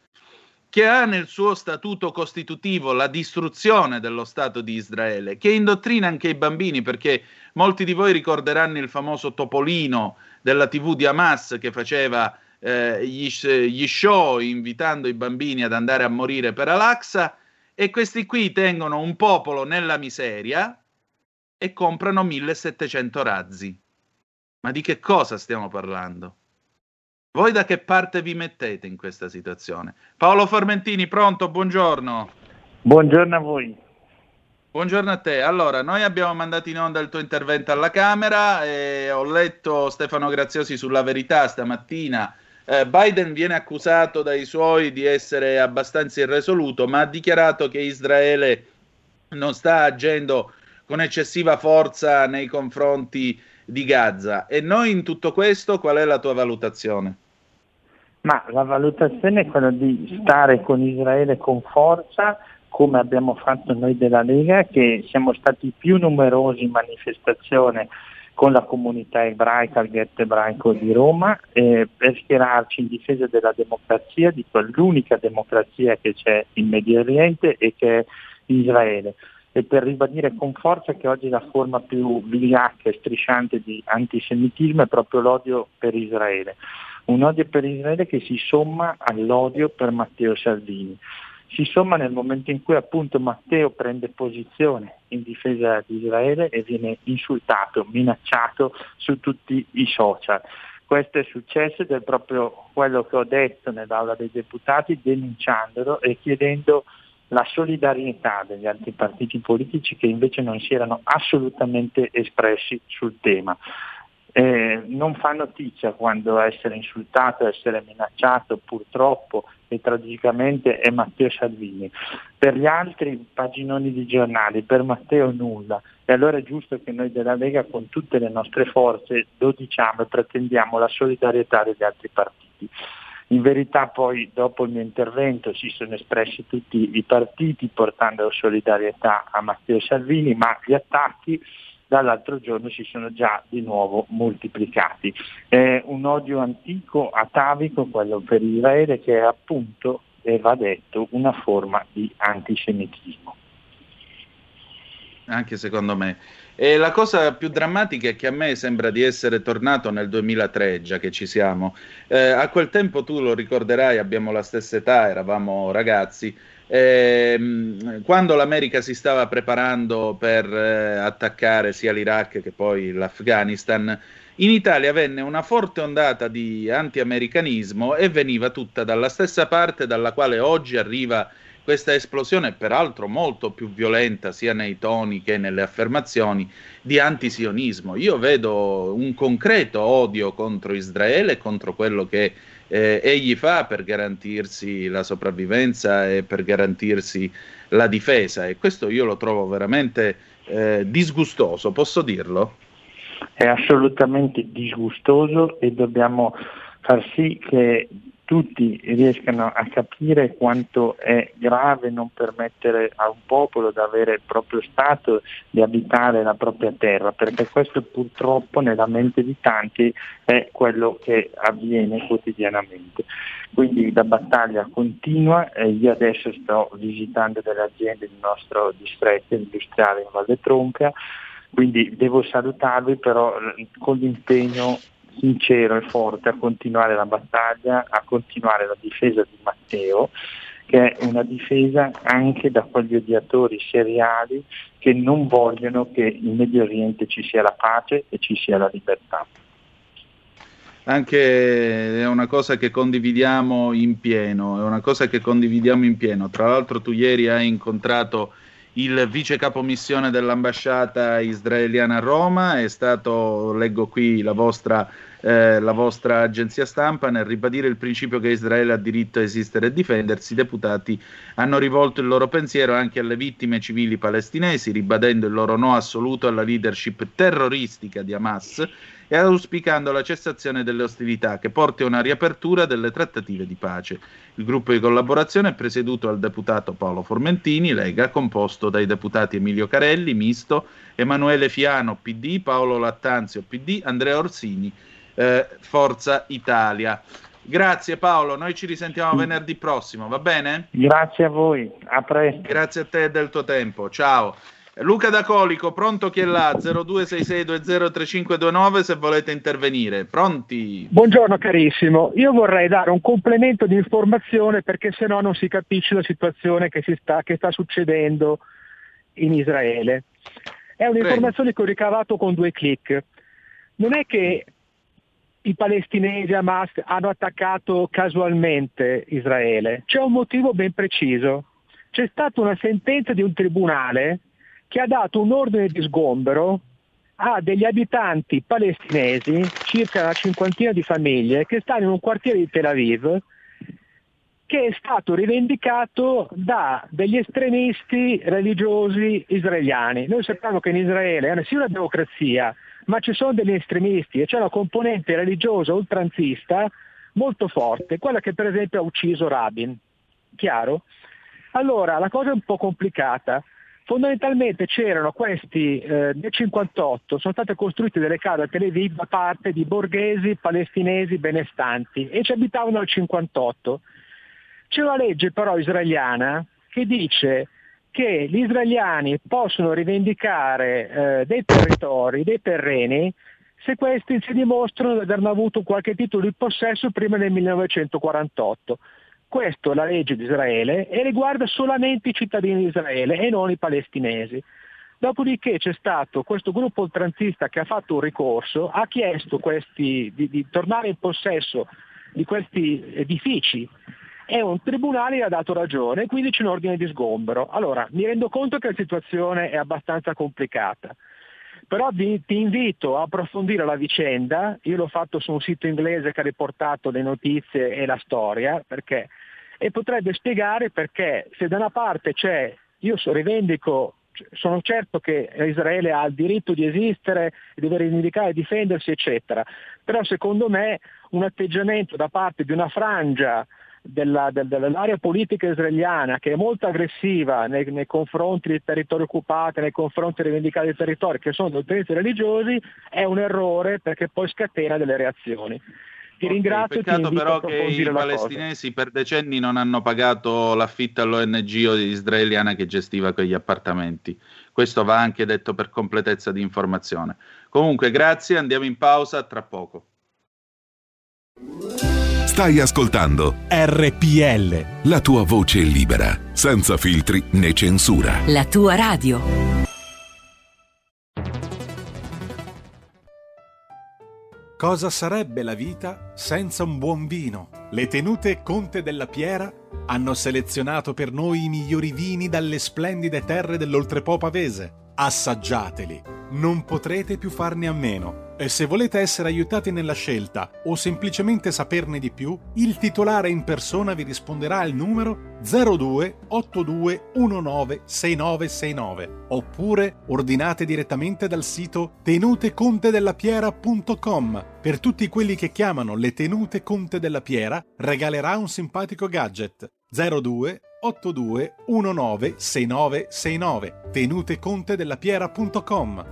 S4: che ha nel suo statuto costitutivo la distruzione dello Stato di Israele, che indottrina anche i bambini, perché molti di voi ricorderanno il famoso Topolino della tivù di Hamas che faceva eh, gli, gli show invitando i bambini ad andare a morire per Al-Aqsa, e questi qui tengono un popolo nella miseria e comprano millesettecento razzi. Ma di che cosa stiamo parlando? Voi da che parte vi mettete in questa situazione? Paolo Formentini, pronto? Buongiorno.
S15: Buongiorno a voi.
S4: Buongiorno a te. Allora, noi abbiamo mandato in onda il tuo intervento alla Camera e ho letto Stefano Graziosi sulla Verità stamattina. Eh, Biden viene accusato dai suoi di essere abbastanza irresoluto, ma ha dichiarato che Israele non sta agendo con eccessiva forza nei confronti di Gaza. E noi in tutto questo qual è la tua valutazione?
S15: Ma la valutazione è quella di stare con Israele con forza, come abbiamo fatto noi della Lega, che siamo stati più numerosi in manifestazione con la comunità ebraica al ghetto ebraico di Roma, eh, per schierarci in difesa della democrazia, di quell'unica democrazia che c'è in Medio Oriente e che è Israele, e per ribadire con forza che oggi la forma più vigliacca e strisciante di antisemitismo è proprio l'odio per Israele. Un odio per Israele che si somma all'odio per Matteo Salvini. Si somma nel momento in cui appunto Matteo prende posizione in difesa di Israele e viene insultato, minacciato su tutti i social. Questo è successo ed è proprio quello che ho detto nell'Aula dei Deputati, denunciandolo e chiedendo la solidarietà degli altri partiti politici che invece non si erano assolutamente espressi sul tema. Eh, non fa notizia quando essere insultato, essere minacciato purtroppo e tragicamente è Matteo Salvini. Per gli altri paginoni di giornali, per Matteo nulla, e allora è giusto che noi della Lega con tutte le nostre forze lo diciamo e pretendiamo la solidarietà degli altri partiti. In verità poi dopo il mio intervento si sono espressi tutti i partiti portando solidarietà a Matteo Salvini, ma gli attacchi dall'altro giorno si sono già di nuovo moltiplicati. È un odio antico, atavico, quello per Israele, che è appunto, e va detto, una forma di antisemitismo.
S4: Anche secondo me. E la cosa più drammatica è che a me sembra di essere tornato nel duemilatré, già che ci siamo. Eh, a quel tempo, tu lo ricorderai, abbiamo la stessa età, eravamo ragazzi, eh, quando l'America si stava preparando per eh, attaccare sia l'Iraq che poi l'Afghanistan, in Italia venne una forte ondata di anti-americanismo e veniva tutta dalla stessa parte dalla quale oggi arriva questa esplosione, peraltro molto più violenta sia nei toni che nelle affermazioni, di antisionismo. Io vedo un concreto odio contro Israele e contro quello che eh, egli fa per garantirsi la sopravvivenza e per garantirsi la difesa, e questo io lo trovo veramente eh, disgustoso, posso dirlo?
S15: È assolutamente disgustoso e dobbiamo far sì che tutti riescano a capire quanto è grave non permettere a un popolo di avere il proprio Stato, di abitare la propria terra, perché questo purtroppo nella mente di tanti è quello che avviene quotidianamente. Quindi la battaglia continua, e io adesso sto visitando delle aziende del nostro distretto industriale in Valle Tronca, quindi devo salutarvi però con l'impegno sincero e forte a continuare la battaglia, a continuare la difesa di Matteo, che è una difesa anche da quegli odiatori seriali che non vogliono che in Medio Oriente ci sia la pace e ci sia la libertà.
S4: Anche è una cosa che condividiamo in pieno, è una cosa che condividiamo in pieno. Tra l'altro tu ieri hai incontrato il vice capomissione dell'ambasciata israeliana a Roma, è stato, leggo qui la vostra eh, la vostra agenzia stampa. Nel ribadire il principio che Israele ha diritto a esistere e difendersi, i deputati hanno rivolto il loro pensiero anche alle vittime civili palestinesi, ribadendo il loro no assoluto alla leadership terroristica di Hamas e auspicando la cessazione delle ostilità che porti a una riapertura delle trattative di pace. Il gruppo di collaborazione è presieduto dal deputato Paolo Formentini, Lega, composto dai deputati Emilio Carelli, Misto, Emanuele Fiano, P D, Paolo Lattanzio, P D, Andrea Orsini, eh, Forza Italia. Grazie Paolo, noi ci risentiamo venerdì prossimo, va bene?
S15: Grazie a voi, a presto.
S4: Grazie a te del tuo tempo, ciao. Luca da Colico, pronto chi è là? zero due sei sei due zero tre cinque due nove se volete intervenire. Pronti?
S16: Buongiorno carissimo, io vorrei dare un complemento di informazione perché se no non si capisce la situazione che, si sta, che sta succedendo in Israele. È un'informazione Prego. che ho ricavato con due click. Non è che i palestinesi Hamas hanno attaccato casualmente Israele, c'è un motivo ben preciso. C'è stata una sentenza di un tribunale che ha dato un ordine di sgombero a degli abitanti palestinesi, circa una cinquantina di famiglie, che stanno in un quartiere di Tel Aviv, che è stato rivendicato da degli estremisti religiosi israeliani. Noi sappiamo che in Israele è sì una democrazia, ma ci sono degli estremisti e c'è una componente religiosa oltranzista molto forte, quella che per esempio ha ucciso Rabin. Chiaro? Allora, la cosa è un po' complicata. Fondamentalmente c'erano questi, eh, nel cinquantotto sono state costruite delle case a Tel Aviv da parte di borghesi palestinesi benestanti e ci abitavano nel cinquantotto. C'è una legge però israeliana che dice che gli israeliani possono rivendicare eh, dei territori, dei terreni, se questi si dimostrano di averne avuto qualche titolo di possesso prima del millenovecentoquarantotto. Questo è la legge di Israele e riguarda solamente i cittadini di Israele e non i palestinesi. Dopodiché c'è stato questo gruppo oltranzista che ha fatto un ricorso, ha chiesto questi, di, di tornare in possesso di questi edifici e un tribunale gli ha dato ragione, quindi c'è un ordine di sgombero. Allora, mi rendo conto che la situazione è abbastanza complicata, però vi, ti invito a approfondire la vicenda. Io l'ho fatto su un sito inglese che ha riportato le notizie e la storia, perché e potrebbe spiegare perché se da una parte c'è, io so, rivendico, sono certo che Israele ha il diritto di esistere, deve rivendicare, difendersi, eccetera, però secondo me un atteggiamento da parte di una frangia della, del, dell'area politica israeliana che è molto aggressiva nei, nei confronti dei territori occupati, nei confronti dei rivendicati dei territori che sono dei diritti religiosi, è un errore perché poi scatena delle reazioni. Ti
S4: okay,
S16: ringrazio.
S4: Peccato
S16: ti
S4: però che i palestinesi cosa. per decenni non hanno pagato l'affitto all'O N G israeliana che gestiva quegli appartamenti. Questo va anche detto per completezza di informazione. Comunque grazie, andiamo in pausa, tra poco.
S10: Stai ascoltando
S3: R P L,
S10: la tua voce libera, senza filtri né censura.
S9: La tua radio.
S3: Cosa sarebbe la vita senza un buon vino? Le tenute Conte della Piera hanno selezionato per noi i migliori vini dalle splendide terre dell'Oltrepo pavese. Assaggiateli, non potrete più farne a meno. E se volete essere aiutati nella scelta o semplicemente saperne di più, il titolare in persona vi risponderà al numero zero due otto due uno nove sei nove sei nove oppure ordinate direttamente dal sito tenute conte della piera punto com. Per tutti quelli che chiamano le Tenute Conte della Piera regalerà un simpatico gadget. zero due otto due uno nove sei nove sei nove tenute conte della piera punto com.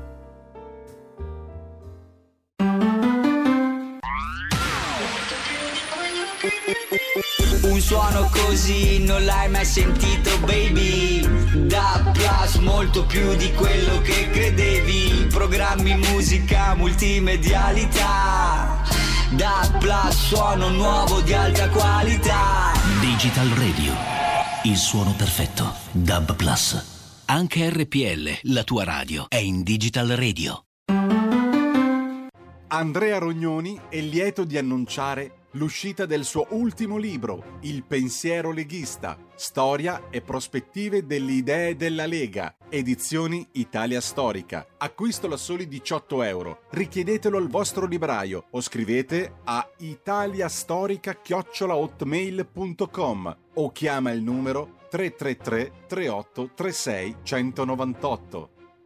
S17: Un suono così non l'hai mai sentito, baby. Da Plus, molto più di quello che credevi. Programmi, musica, multimedialità. Da Plus, suono nuovo di alta qualità.
S18: Digital Radio, il suono perfetto. Dub Plus. Anche R P L, la tua radio, è in Digital Radio.
S3: Andrea Rognoni è lieto di annunciare l'uscita del suo ultimo libro, Il pensiero leghista, storia e prospettive delle idee della Lega, edizioni Italia Storica. Acquistalo a soli diciotto euro. Richiedetelo al vostro libraio o scrivete a italiastorica chiocciola hotmail punto com o chiama il numero tre tre tre tre otto tre sei uno nove otto.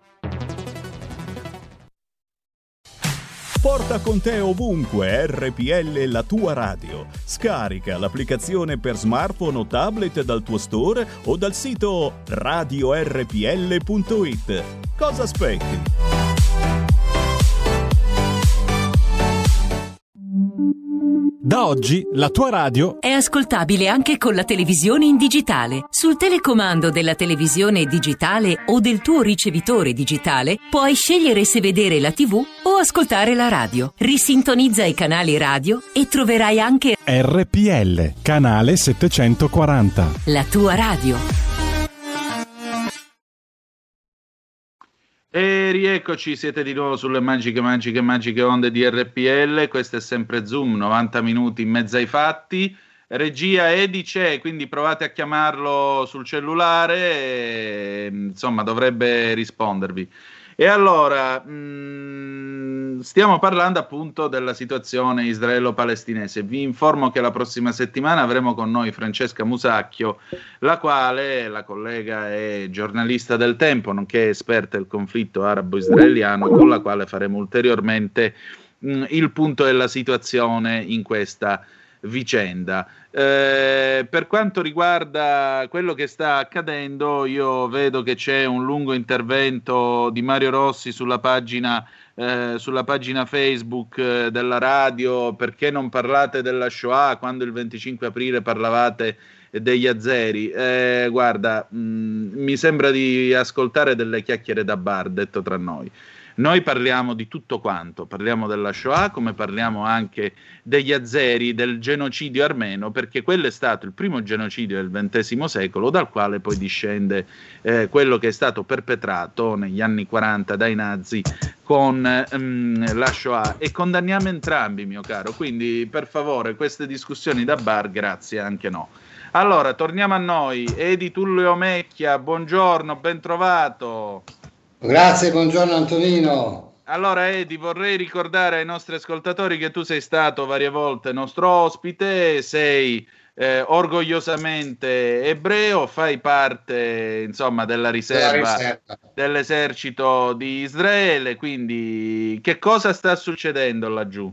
S19: Porta con te ovunque R P L, la tua radio. Scarica l'applicazione per smartphone o tablet dal tuo store o dal sito radio erre pi elle punto it. Cosa aspetti?
S3: Da oggi la tua radio
S20: è ascoltabile anche con la televisione in digitale. Sul telecomando della televisione digitale o del tuo ricevitore digitale puoi scegliere se vedere la tivù o ascoltare la radio. Risintonizza i canali radio e troverai anche
S3: R P L, canale settecentoquaranta.
S20: La tua radio.
S4: E rieccoci, siete di nuovo sulle magiche, magiche, magiche onde di R P L. Questo è sempre Zoom, novanta minuti in mezzo ai fatti. Regia Edi c'è, quindi provate a chiamarlo sul cellulare, e, insomma dovrebbe rispondervi. E allora, mh, stiamo parlando appunto della situazione israelo-palestinese. Vi informo che la prossima settimana avremo con noi Francesca Musacchio, la quale, la collega, è giornalista del Tempo, nonché esperta del conflitto arabo-israeliano, con la quale faremo ulteriormente mh, il punto della situazione in questa vicenda. Eh, per quanto riguarda quello che sta accadendo, io vedo che c'è un lungo intervento di Mario Rossi sulla pagina eh, sulla pagina Facebook eh, della radio. Perché non parlate della Shoah quando il venticinque aprile parlavate degli azeri? Eh, guarda, mh, mi sembra di ascoltare delle chiacchiere da bar, detto tra noi. Noi parliamo di tutto quanto, parliamo della Shoah come parliamo anche degli azeri, del genocidio armeno, perché quello è stato il primo genocidio del ventesimo secolo, dal quale poi discende eh, quello che è stato perpetrato negli anni quaranta dai nazi con ehm, la Shoah, e condanniamo entrambi, mio caro, quindi per favore queste discussioni da bar, grazie, anche no. Allora, torniamo a noi. Edi Tullio Mecchia, buongiorno, ben trovato.
S21: Grazie, buongiorno Antonino.
S4: Allora Edi, vorrei ricordare ai nostri ascoltatori che tu sei stato varie volte nostro ospite, sei eh, orgogliosamente ebreo, fai parte insomma della riserva, riserva dell'esercito di Israele, quindi che cosa sta succedendo laggiù?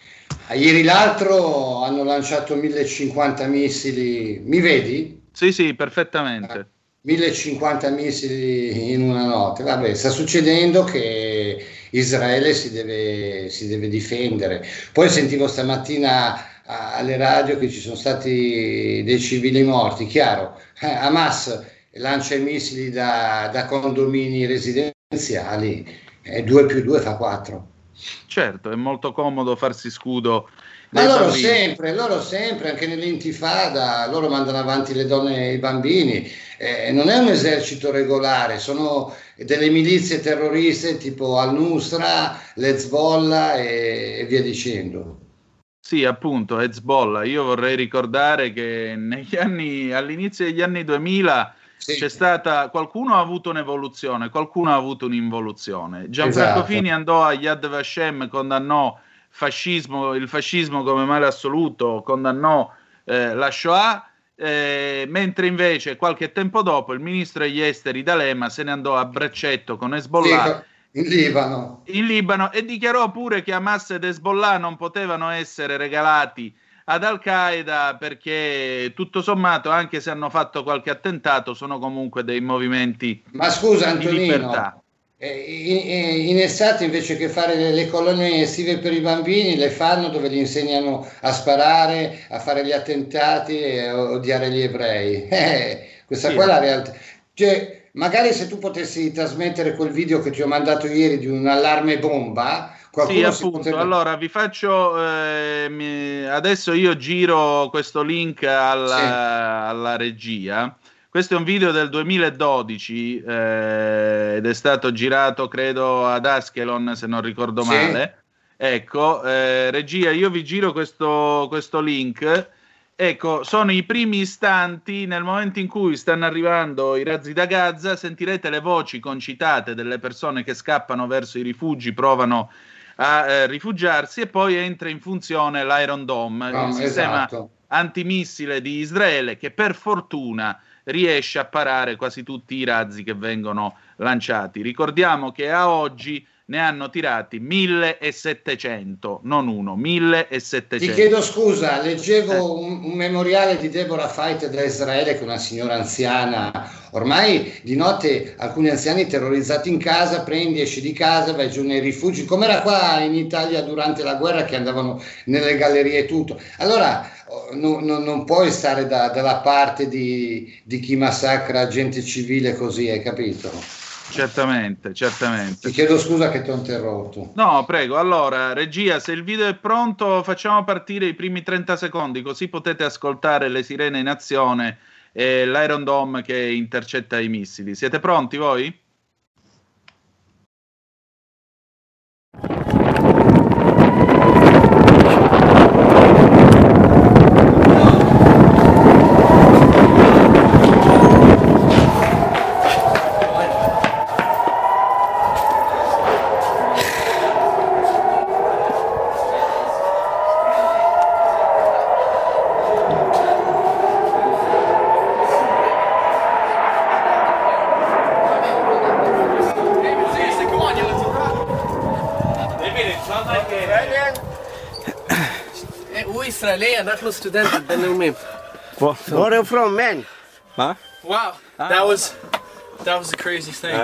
S21: Ieri l'altro hanno lanciato millecinquanta missili, mi vedi?
S4: Sì, sì, perfettamente.
S21: Ah. millecinquanta missili in una notte. Vabbè, sta succedendo che Israele si deve, si deve difendere. Poi sentivo stamattina alle radio che ci sono stati dei civili morti. Chiaro, eh, Hamas lancia i missili da, da condomini residenziali, eh, due più due fa quattro.
S4: Certo, è molto comodo farsi scudo.
S21: Ma loro bambini. sempre, loro sempre, anche nell'intifada, loro mandano avanti le donne e i bambini. Eh, non è un esercito regolare, sono delle milizie terroriste tipo Al-Nusra, l'Hezbollah e, e via dicendo.
S4: Sì, appunto, Hezbollah. Io vorrei ricordare che negli anni, all'inizio degli anni duemila sì. c'è stata, qualcuno ha avuto un'evoluzione, qualcuno ha avuto un'involuzione. Gianfranco esatto. Fini andò a Yad Vashem, condannò fascismo, il fascismo come male assoluto, condannò eh, la Shoah, eh, mentre invece qualche tempo dopo il ministro degli esteri D'Alema se ne andò a braccetto con Hezbollah
S21: sì, in Libano.
S4: in Libano e dichiarò pure che Hamas ed Hezbollah non potevano essere regalati ad Al-Qaeda perché tutto sommato, anche se hanno fatto qualche attentato, sono comunque dei movimenti
S21: Ma scusa, Antonino,
S4: di libertà.
S21: In, in estate invece che fare le, le colonie estive per i bambini le fanno dove gli insegnano a sparare, a fare gli attentati e a odiare gli ebrei. Eh, questa sì. qua è la realtà. Cioè, magari se tu potessi trasmettere quel video che ti ho mandato ieri di un allarme bomba, qualcuno
S4: sì,
S21: si
S4: appunto.
S21: potrebbe... Allora
S4: vi faccio eh, mi... adesso io giro questo link alla, sì. alla regia. Questo è un video del duemiladodici eh, ed è stato girato, credo, ad Ascalon, se non ricordo
S21: sì.
S4: male. Ecco, eh, regia, io vi giro questo, questo link. Ecco, sono i primi istanti nel momento in cui stanno arrivando i razzi da Gaza, sentirete le voci concitate delle persone che scappano verso i rifugi, provano a eh, rifugiarsi, e poi entra in funzione l'Iron Dome,
S21: no,
S4: il sistema
S21: esatto.
S4: antimissile di Israele, che per fortuna riesce a parare quasi tutti i razzi che vengono lanciati. Ricordiamo che a oggi ne hanno tirati millesettecento, non uno, millesettecento.
S21: Ti chiedo scusa, leggevo eh. un, un memoriale di Deborah Fight da Israele, che è una signora anziana. Ormai di notte alcuni anziani terrorizzati in casa, prendi, esci di casa, vai giù nei rifugi, come era qua in Italia durante la guerra, che andavano nelle gallerie e tutto. Allora no, no, non puoi stare da, dalla parte di, di chi massacra gente civile così, hai capito?
S4: Certamente, certamente.
S21: Ti chiedo scusa che ti ho interrotto.
S4: No, prego. Allora, regia, se il video è pronto, facciamo partire i primi trenta secondi, così potete ascoltare le sirene in azione e l'Iron Dome che intercetta i missili. Siete pronti voi?
S1: אנחנו סטודנטים בינלאומיים.
S22: Where are you from, man?
S1: מה? Wow, that was that was the craziest thing.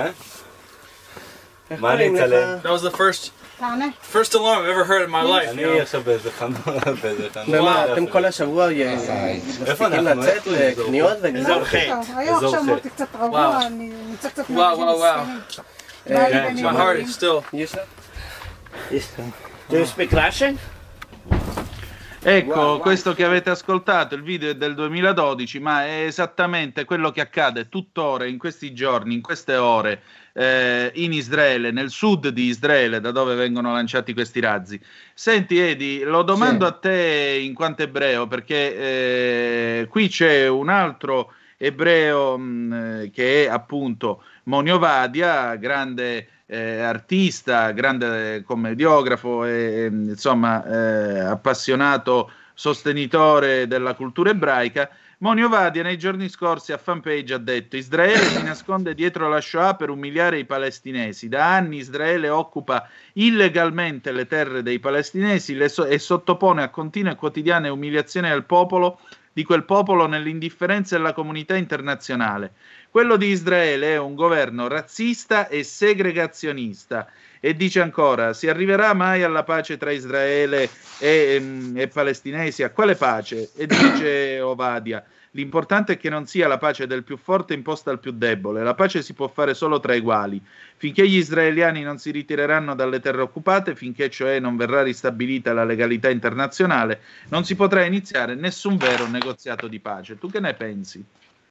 S22: מה אני אצלם?
S1: That was the first first alarm I've ever heard in my life.
S22: אני עכשיו באיזה חנות.
S1: ומה, אתם כל השבוע מספיקים לצאת לקניות וגם?
S22: היום עכשיו מוטי קצת רגוע, אני נמצא קצת
S1: מהגנים מסכנים. My heart is still.
S22: Do you speak Russian?
S4: Ecco, wow, wow. Questo che avete ascoltato, il video è del duemiladodici, ma è esattamente quello che accade tuttora in questi giorni, in queste ore, eh, in Israele, nel sud di Israele, da dove vengono lanciati questi razzi. Senti Edi, lo domando sì. a te in quanto ebreo, perché eh, qui c'è un altro ebreo mh, che è appunto Moni Ovadia, grande Eh, artista, grande commediografo e insomma eh, appassionato sostenitore della cultura ebraica. Moni Ovadia nei giorni scorsi a fanpage ha detto: Israele si nasconde dietro la Shoah per umiliare i palestinesi, da anni Israele occupa illegalmente le terre dei palestinesi le so- e sottopone a continue e quotidiane umiliazioni al popolo di quel popolo nell'indifferenza della comunità internazionale. Quello di Israele è un governo razzista e segregazionista. E dice ancora: si arriverà mai alla pace tra Israele e, e, e palestinesi? A quale pace? E dice Ovadia: l'importante è che non sia la pace del più forte imposta al più debole. La pace si può fare solo tra eguali. Finché gli israeliani non si ritireranno dalle terre occupate, finché cioè non verrà ristabilita la legalità internazionale, non si potrà iniziare nessun vero negoziato di pace. Tu che ne pensi?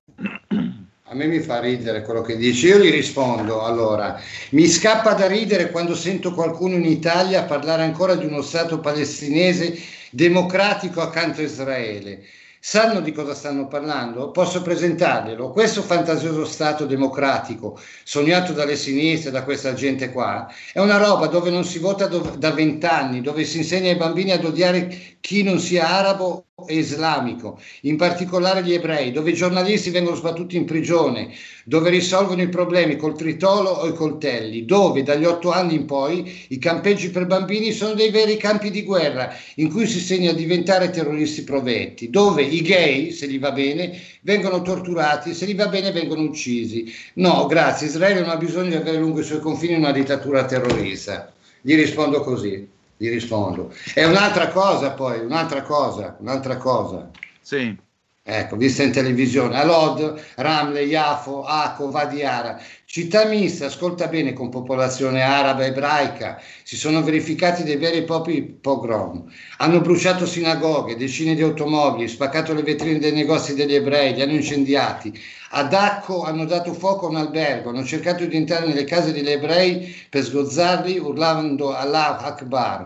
S21: A me mi fa ridere quello che dici. Io gli rispondo, allora, mi scappa da ridere quando sento qualcuno in Italia parlare ancora di uno Stato palestinese democratico accanto a Israele. Sanno di cosa stanno parlando? Posso presentarglielo? Questo fantasioso Stato democratico, sognato dalle sinistre, da questa gente qua, è una roba dove non si vota dov- da vent'anni, dove si insegna ai bambini ad odiare chi non sia arabo e islamico, in particolare gli ebrei, dove i giornalisti vengono sbattuti in prigione, dove risolvono i problemi col tritolo o i coltelli, dove dagli otto anni in poi i campeggi per bambini sono dei veri campi di guerra in cui si insegna a diventare terroristi provetti, dove i gay, se gli va bene, vengono torturati, se gli va bene vengono uccisi. No, grazie, Israele non ha bisogno di avere lungo i suoi confini una dittatura terrorista. Gli rispondo così. Gli rispondo. È un'altra cosa poi, un'altra cosa, un'altra cosa.
S4: Sì.
S21: Ecco, vista in televisione, Alod, Ramle, Yafo, Acco, Vadiara, città miste, ascolta bene, con popolazione araba e ebraica, si sono verificati dei veri e propri pogrom. Hanno bruciato sinagoghe, decine di automobili, spaccato le vetrine dei negozi degli ebrei, li hanno incendiati. Ad Acco hanno dato fuoco a un albergo, hanno cercato di entrare nelle case degli ebrei per sgozzarli urlando Allah Akbar.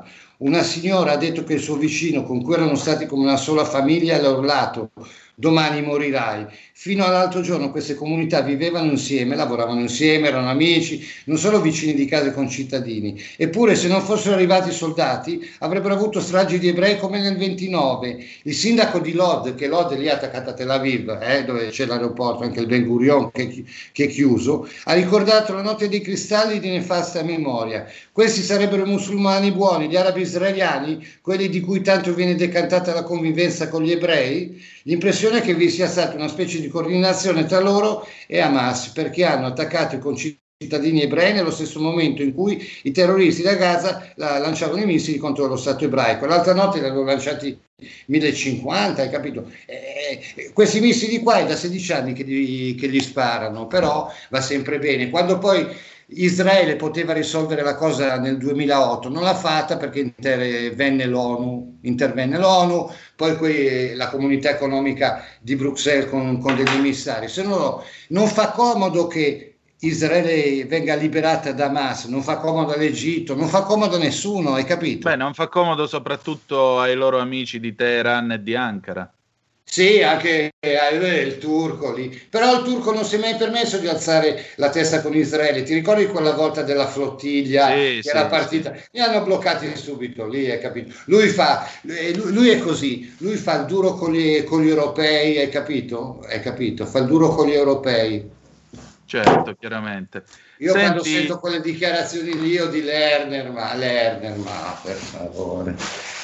S21: una signora ha detto che il suo vicino, con cui erano stati come una sola famiglia, le ha urlato: domani morirai. Fino all'altro giorno queste comunità vivevano insieme, lavoravano insieme, erano amici, non solo vicini di casa e concittadini. Eppure, se non fossero arrivati i soldati, avrebbero avuto stragi di ebrei come nel ventinove. Il sindaco di Lod, che Lod è lì attaccata a Tel Aviv, eh, dove c'è l'aeroporto, anche il Ben Gurion che, che è chiuso, ha ricordato la notte dei cristalli di nefasta memoria. Questi sarebbero i musulmani buoni, gli arabi israeliani, quelli di cui tanto viene decantata la convivenza con gli ebrei? L'impressione è che vi sia stata una specie di coordinazione tra loro e Hamas, perché hanno attaccato i concittadini ebrei nello stesso momento in cui i terroristi da Gaza la, lanciavano i missili contro lo Stato ebraico. L'altra notte li avevano lanciati millecinquanta, hai capito? Eh, questi missili qua è da sedici anni che gli, che gli sparano, però va sempre bene. Quando poi Israele poteva risolvere la cosa nel duemilaotto, non l'ha fatta perché intervenne l'ONU, intervenne l'ONU, poi que- la comunità economica di Bruxelles con, con degli emissari. Se no, non fa comodo che Israele venga liberata da Hamas, non fa comodo all'Egitto, non fa comodo a nessuno, hai capito?
S4: Beh, non fa comodo soprattutto ai loro amici di Teheran e di Ankara.
S21: Sì, anche eh, il turco lì, però il turco non si è mai permesso di alzare la testa con Israele. Ti ricordi quella volta della flottiglia sì, che sì, era partita? Sì. Li hanno bloccati subito lì, hai capito? Lui fa, lui, lui è così, lui fa il duro con gli, con gli europei, hai capito? Hai capito? Fa il duro con gli europei.
S4: Certo, chiaramente.
S21: Io
S4: Senti...
S21: quando sento quelle dichiarazioni lì io di Lerner, ma Lerner, ma per favore.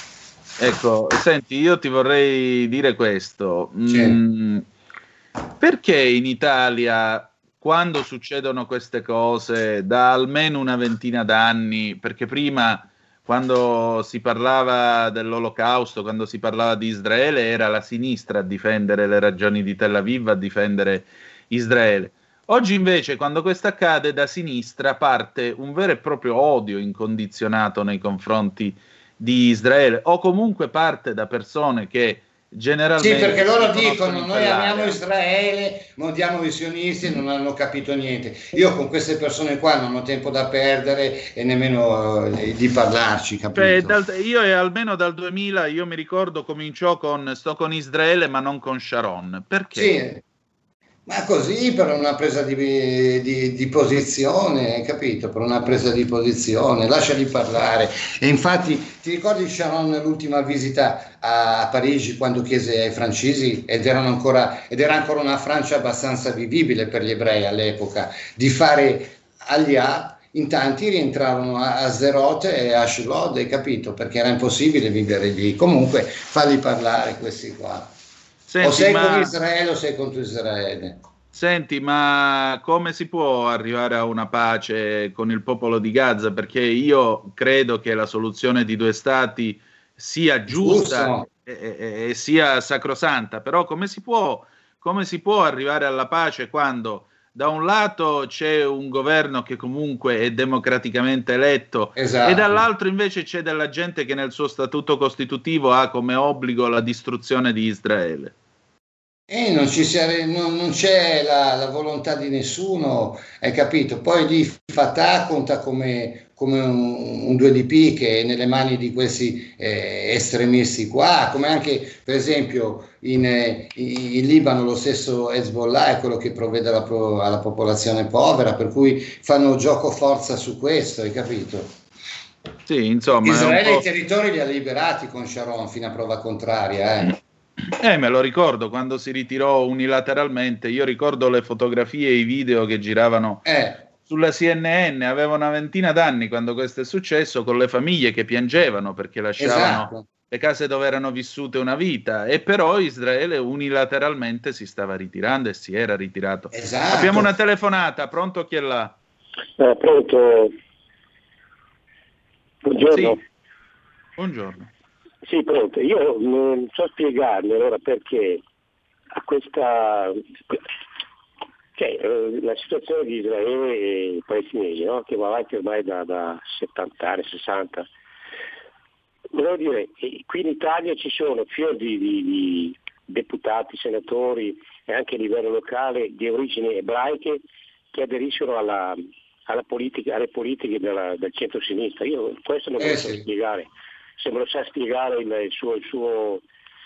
S4: Ecco, senti, io ti vorrei dire questo. Mm, perché in Italia, quando succedono queste cose, da almeno una ventina d'anni, perché prima, quando si parlava dell'Olocausto, quando si parlava di Israele, era la sinistra a difendere le ragioni di Tel Aviv, a difendere Israele. Oggi invece, quando questo accade, da sinistra parte un vero e proprio odio incondizionato nei confronti di Israele, o comunque parte da persone che generalmente...
S21: Sì, perché loro dicono noi amiamo Israele, ma odiamo i sionisti e non hanno capito niente. Io con queste persone qua non ho tempo da perdere e nemmeno eh, di parlarci, capito?
S4: Cioè, dal, io è almeno dal duemila, io mi ricordo, cominciò con sto con Israele ma non con Sharon. Perché?
S21: Sì. Ma così, per una presa di, di, di posizione, hai capito? Per una presa di posizione, lasciali parlare. E infatti, ti ricordi Sharon l'ultima visita a Parigi quando chiese ai francesi, ed, erano ancora, ed era ancora una Francia abbastanza vivibile per gli ebrei all'epoca, di fare Aliyah? In tanti rientrarono a Sderot e a Ashdod, hai capito? Perché era impossibile vivere lì. Comunque, falli parlare questi qua. Senti, o sei ma... con Israele o sei contro Israele.
S4: Senti, ma come si può arrivare a una pace con il popolo di Gaza? Perché io credo che la soluzione di due stati sia giusta e, e, e sia sacrosanta, però come si può, come si può arrivare alla pace quando da un lato c'è un governo che comunque è democraticamente eletto, esatto, e dall'altro invece c'è della gente che nel suo statuto costitutivo ha come obbligo la distruzione di Israele?
S21: E non, ci sare- non, non c'è la, la volontà di nessuno, hai capito? Poi lì Fatah conta come, come un, un due D P che è nelle mani di questi eh, estremisti qua, come anche per esempio in, eh, in Libano lo stesso Hezbollah è quello che provvede alla, alla popolazione povera, per cui fanno gioco forza su questo, hai capito?
S4: Sì, insomma,
S21: Israele i territori li ha liberati con Sharon fino a prova contraria, eh.
S4: Eh, me lo ricordo quando si ritirò unilateralmente. Io ricordo le fotografie e i video che giravano
S21: eh.
S4: sulla C N N. Avevo una ventina d'anni quando questo è successo, con le famiglie che piangevano perché lasciavano esatto. le case dove erano vissute una vita, e però Israele unilateralmente si stava ritirando e si era ritirato.
S21: Esatto.
S4: Abbiamo una telefonata, pronto, chi è là?
S6: Eh, pronto? Buongiorno.
S4: Sì. Buongiorno.
S6: Sì, pronto. Io non so spiegarmi allora perché a questa, cioè, la situazione di Israele e i palestinesi, no? Che va avanti ormai da, da settanta anni, sessanta. Volevo dire, qui in Italia ci sono fior di, di, di deputati, senatori e anche a livello locale di origini ebraiche che aderiscono alla, alla politica, alle politiche della, del centro-sinistra. Io questo non eh, lo so
S21: sì.
S6: spiegare. se me lo sa spiegare il, il suo, il suo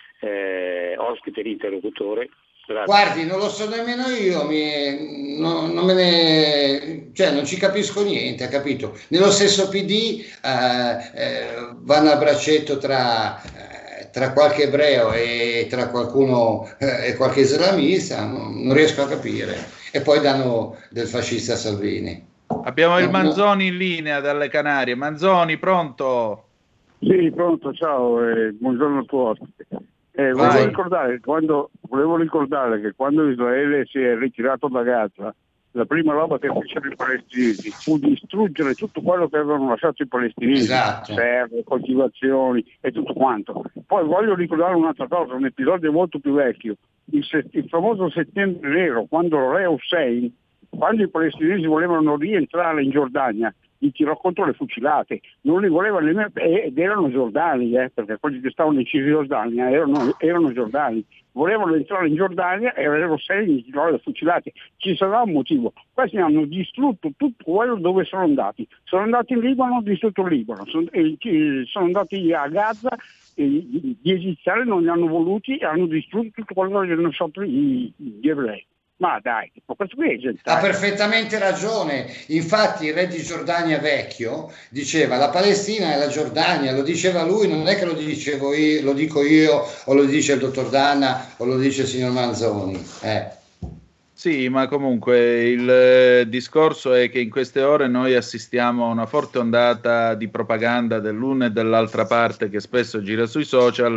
S6: eh, ospite, l'interlocutore. Grazie.
S21: Guardi, non lo so nemmeno io, mi, no, non me ne, cioè non ci capisco niente, ha capito? Nello stesso P D eh, eh, vanno a braccetto tra, eh, tra qualche ebreo e tra qualcuno eh, e qualche islamista, non, non riesco a capire. E poi danno del fascista Salvini.
S4: Abbiamo il
S21: No,
S4: Manzoni in linea dalle Canarie. Manzoni, pronto?
S5: Sì, pronto, ciao, eh, buongiorno a tuo ospite. Eh, volevo, ricordare, quando, volevo ricordare che quando Israele si è ritirato da Gaza, la prima roba che fecero i palestinesi fu distruggere tutto quello che avevano lasciato i palestinesi,
S21: esatto.
S5: serre, coltivazioni e tutto quanto. Poi voglio ricordare un'altra cosa, un episodio molto più vecchio, il, se- il famoso settembre nero, quando il re Hussein, quando i palestinesi volevano rientrare in Giordania, gli tirò contro le fucilate, non li voleva nemmeno, ed erano giordani, eh, perché quelli che stavano in Cisgiordania erano, erano giordani, volevano entrare in Giordania e avevano sei gli tirò le fucilate, ci sarà un motivo. Questi hanno distrutto tutto quello dove sono andati, sono andati in Libano, hanno distrutto il Libano, sono, eh, sono andati a Gaza, e gli egiziani non li hanno voluti e hanno distrutto tutto quello che hanno fatto gli, gli ebrei. Ma dai, questo qui è
S21: ha perfettamente ragione. Infatti il re di Giordania vecchio diceva la Palestina è la Giordania, lo diceva lui, non è che lo dicevo io, lo dico io o lo dice il dottor Danna o lo dice il signor Manzoni. Eh.
S4: Sì, ma comunque il eh, discorso è che in queste ore noi assistiamo a una forte ondata di propaganda dell'una e dell'altra parte che spesso gira sui social.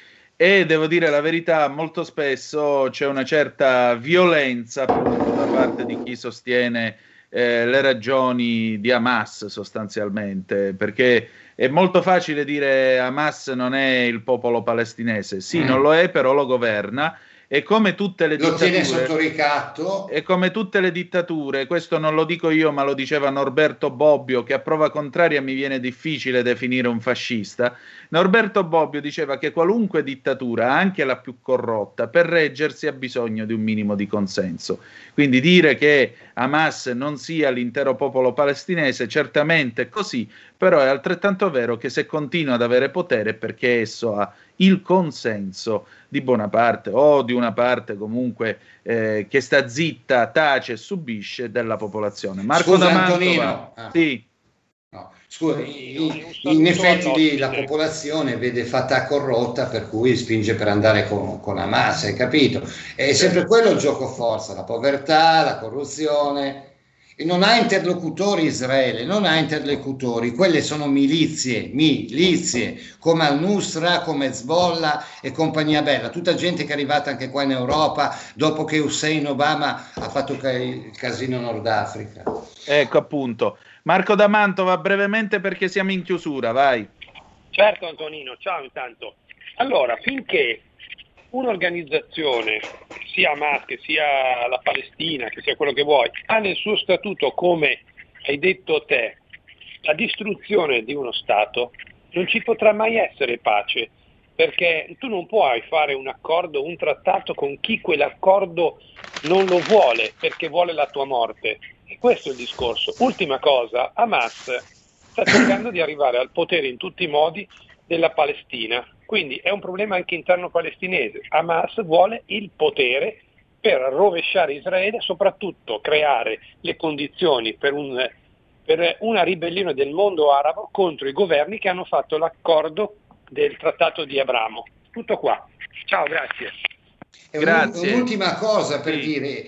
S4: E devo dire la verità, molto spesso c'è una certa violenza appunto da parte di chi sostiene eh, le ragioni di Hamas sostanzialmente, perché è molto facile dire Hamas non è il popolo palestinese, sì, mm. non lo è, però lo governa. E come tutte le
S21: lo
S4: dittature,
S21: tiene sotto ricatto.
S4: E come tutte le dittature, questo non lo dico io, ma lo diceva Norberto Bobbio, che a prova contraria mi viene difficile definire un fascista. Norberto Bobbio diceva che qualunque dittatura, anche la più corrotta, per reggersi ha bisogno di un minimo di consenso. Quindi dire che Hamas non sia l'intero popolo palestinese, certamente è così, però è altrettanto vero che se continua ad avere potere è perché esso ha il consenso di buona parte o di una parte comunque eh, che sta zitta, tace e subisce della popolazione. Marco
S21: Scusa,
S4: da Mantova,
S21: Antonino. Ah.
S4: Sì.
S21: No, scusa, in, in effetti lì la popolazione vede Fatah corrotta, per cui spinge per andare con, con Hamas, hai capito? È sempre quello il gioco forza, la povertà, la corruzione. E non ha interlocutori Israele, non ha interlocutori, quelle sono milizie, milizie, come Al-Nusra, come Hezbollah e compagnia bella, tutta gente che è arrivata anche qua in Europa dopo che Hussein Obama ha fatto il casino Nord Africa.
S4: Ecco appunto. Marco da Mantova, brevemente perché siamo in chiusura, vai.
S8: Certo Antonino, ciao intanto. Allora, finché un'organizzazione, sia Hamas che sia la Palestina, che sia quello che vuoi, ha nel suo statuto, come hai detto te, la distruzione di uno Stato, non ci potrà mai essere pace, perché tu non puoi fare un accordo, un trattato con chi quell'accordo non lo vuole, perché vuole la tua morte. E questo è il discorso. Ultima cosa, Hamas sta cercando di arrivare al potere in tutti i modi della Palestina, quindi è un problema anche interno palestinese. Hamas vuole il potere per rovesciare Israele, soprattutto creare le condizioni per, un, per una ribellione del mondo arabo contro i governi che hanno fatto l'accordo del trattato di Abramo. Tutto qua. Ciao, grazie.
S21: E grazie. Un'ultima cosa per sì. dire,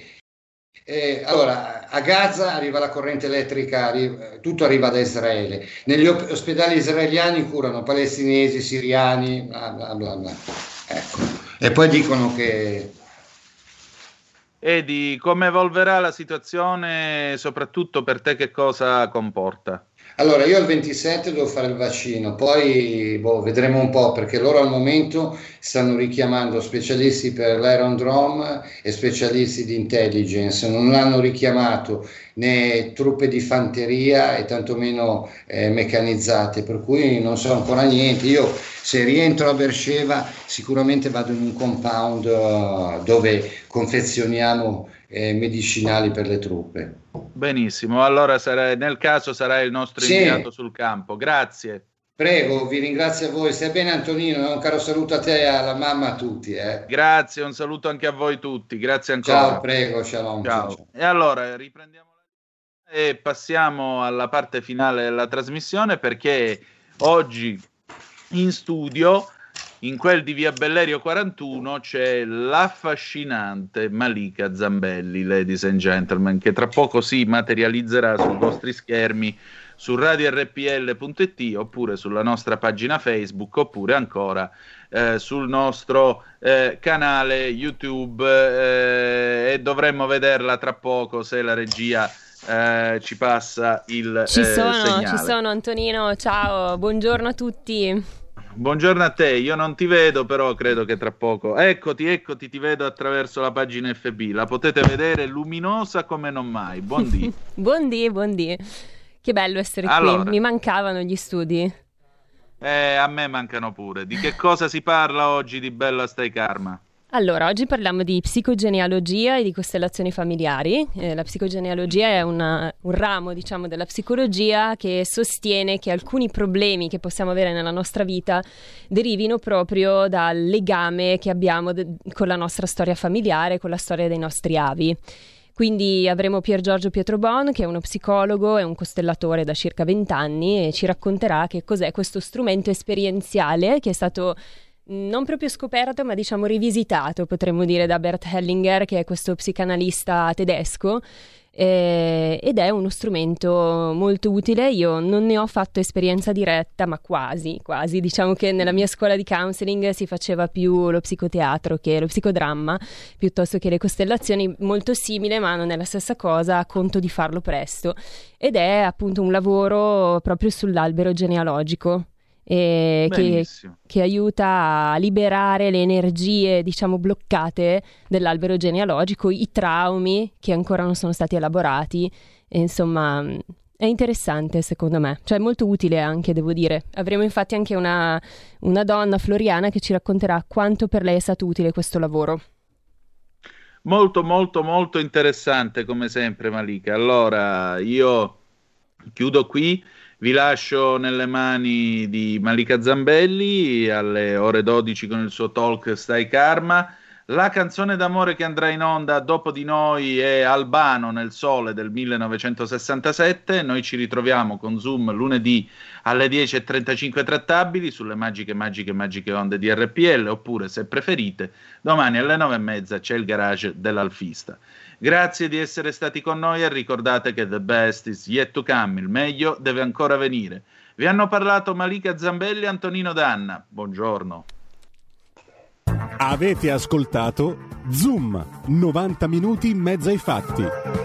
S21: eh, allora a Gaza arriva la corrente elettrica, arriva, tutto arriva da Israele, negli ospedali israeliani curano palestinesi, siriani, bla bla bla bla. Ecco. E poi dicono che
S4: Edi, come evolverà la situazione, soprattutto per te che cosa comporta?
S21: Allora, io il ventisette devo fare il vaccino, poi boh, vedremo un po', perché loro al momento stanno richiamando specialisti per l'Iron Dome e specialisti di intelligence, non hanno richiamato né truppe di fanteria e tantomeno eh, meccanizzate, per cui non so ancora niente. Io se rientro a Beersheba sicuramente vado in un compound uh, dove confezioniamo eh, medicinali per le truppe.
S4: Benissimo, allora sarai, nel caso sarai il nostro
S21: sì.
S4: inviato sul campo. Grazie.
S21: Prego, vi ringrazio a voi. Stai bene Antonino, un caro saluto a te, alla mamma, a tutti. Eh.
S4: Grazie, un saluto anche a voi tutti, grazie ancora.
S21: Ciao, prego, shalom.
S4: Ciao. Ciao. E allora riprendiamo e passiamo alla parte finale della trasmissione, perché oggi in studio, in quel di via Bellerio quarantuno, c'è l'affascinante Malika Zambelli, ladies and gentlemen, che tra poco si materializzerà sui vostri schermi su radio erre pi elle punto it oppure sulla nostra pagina Facebook, oppure ancora eh, sul nostro eh, canale YouTube, eh, e dovremmo vederla tra poco, se la regia eh, ci passa il
S2: ci
S21: eh,
S2: sono,
S21: segnale.
S2: Ci sono Antonino, ciao, buongiorno a tutti.
S4: Buongiorno a te, io non ti vedo, però credo che tra poco. Eccoti, eccoti, ti vedo attraverso la pagina effe bi, la potete vedere luminosa come non mai. Buondì.
S2: Buondì, buondì. Che bello essere
S4: allora,
S2: qui, mi mancavano gli studi.
S4: Eh, a me mancano pure. Di che cosa si parla oggi di Bella Stai Karma?
S2: Allora, oggi parliamo di psicogenealogia e di costellazioni familiari. Eh, la psicogenealogia è una, un ramo, diciamo, della psicologia che sostiene che alcuni problemi che possiamo avere nella nostra vita derivino proprio dal legame che abbiamo de- con la nostra storia familiare, con la storia dei nostri avi. Quindi avremo Pier Giorgio Pietrobon, che è uno psicologo e un costellatore da circa vent'anni, e ci racconterà che cos'è questo strumento esperienziale che è stato non proprio scoperto, ma diciamo rivisitato, potremmo dire, da Bert Hellinger, che è questo psicanalista tedesco, eh, ed è uno strumento molto utile. Io non ne ho fatto esperienza diretta, ma quasi, quasi. Diciamo che nella mia scuola di counseling si faceva più lo psicoteatro che lo psicodramma, piuttosto che le costellazioni, molto simile, ma non è la stessa cosa. Conto di farlo presto. Ed è appunto un lavoro proprio sull'albero genealogico. E che, che aiuta a liberare le energie, diciamo, bloccate dell'albero genealogico, i traumi che ancora non sono stati elaborati. E, insomma, è interessante secondo me, cioè molto utile anche, devo dire. Avremo infatti anche una, una donna, Floriana, che ci racconterà quanto per lei è stato utile questo lavoro.
S4: Molto molto molto interessante come sempre, Malika. Allora io chiudo qui. Vi lascio nelle mani di Malika Zambelli alle ore dodici con il suo talk Stai Karma. La canzone d'amore che andrà in onda dopo di noi è Albano nel sole del millenovecentosessantasette. Noi ci ritroviamo con Zoom lunedì alle dieci e trentacinque trattabili sulle magiche magiche magiche onde di erre pi elle, oppure, se preferite, domani alle nove e mezza c'è il garage dell'Alfista. Grazie di essere stati con noi e ricordate che the best is yet to come, il meglio deve ancora venire. Vi hanno parlato Malika Zambelli e Antonino Danna. Buongiorno.
S3: Avete ascoltato Zoom, novanta minuti in mezzo ai fatti.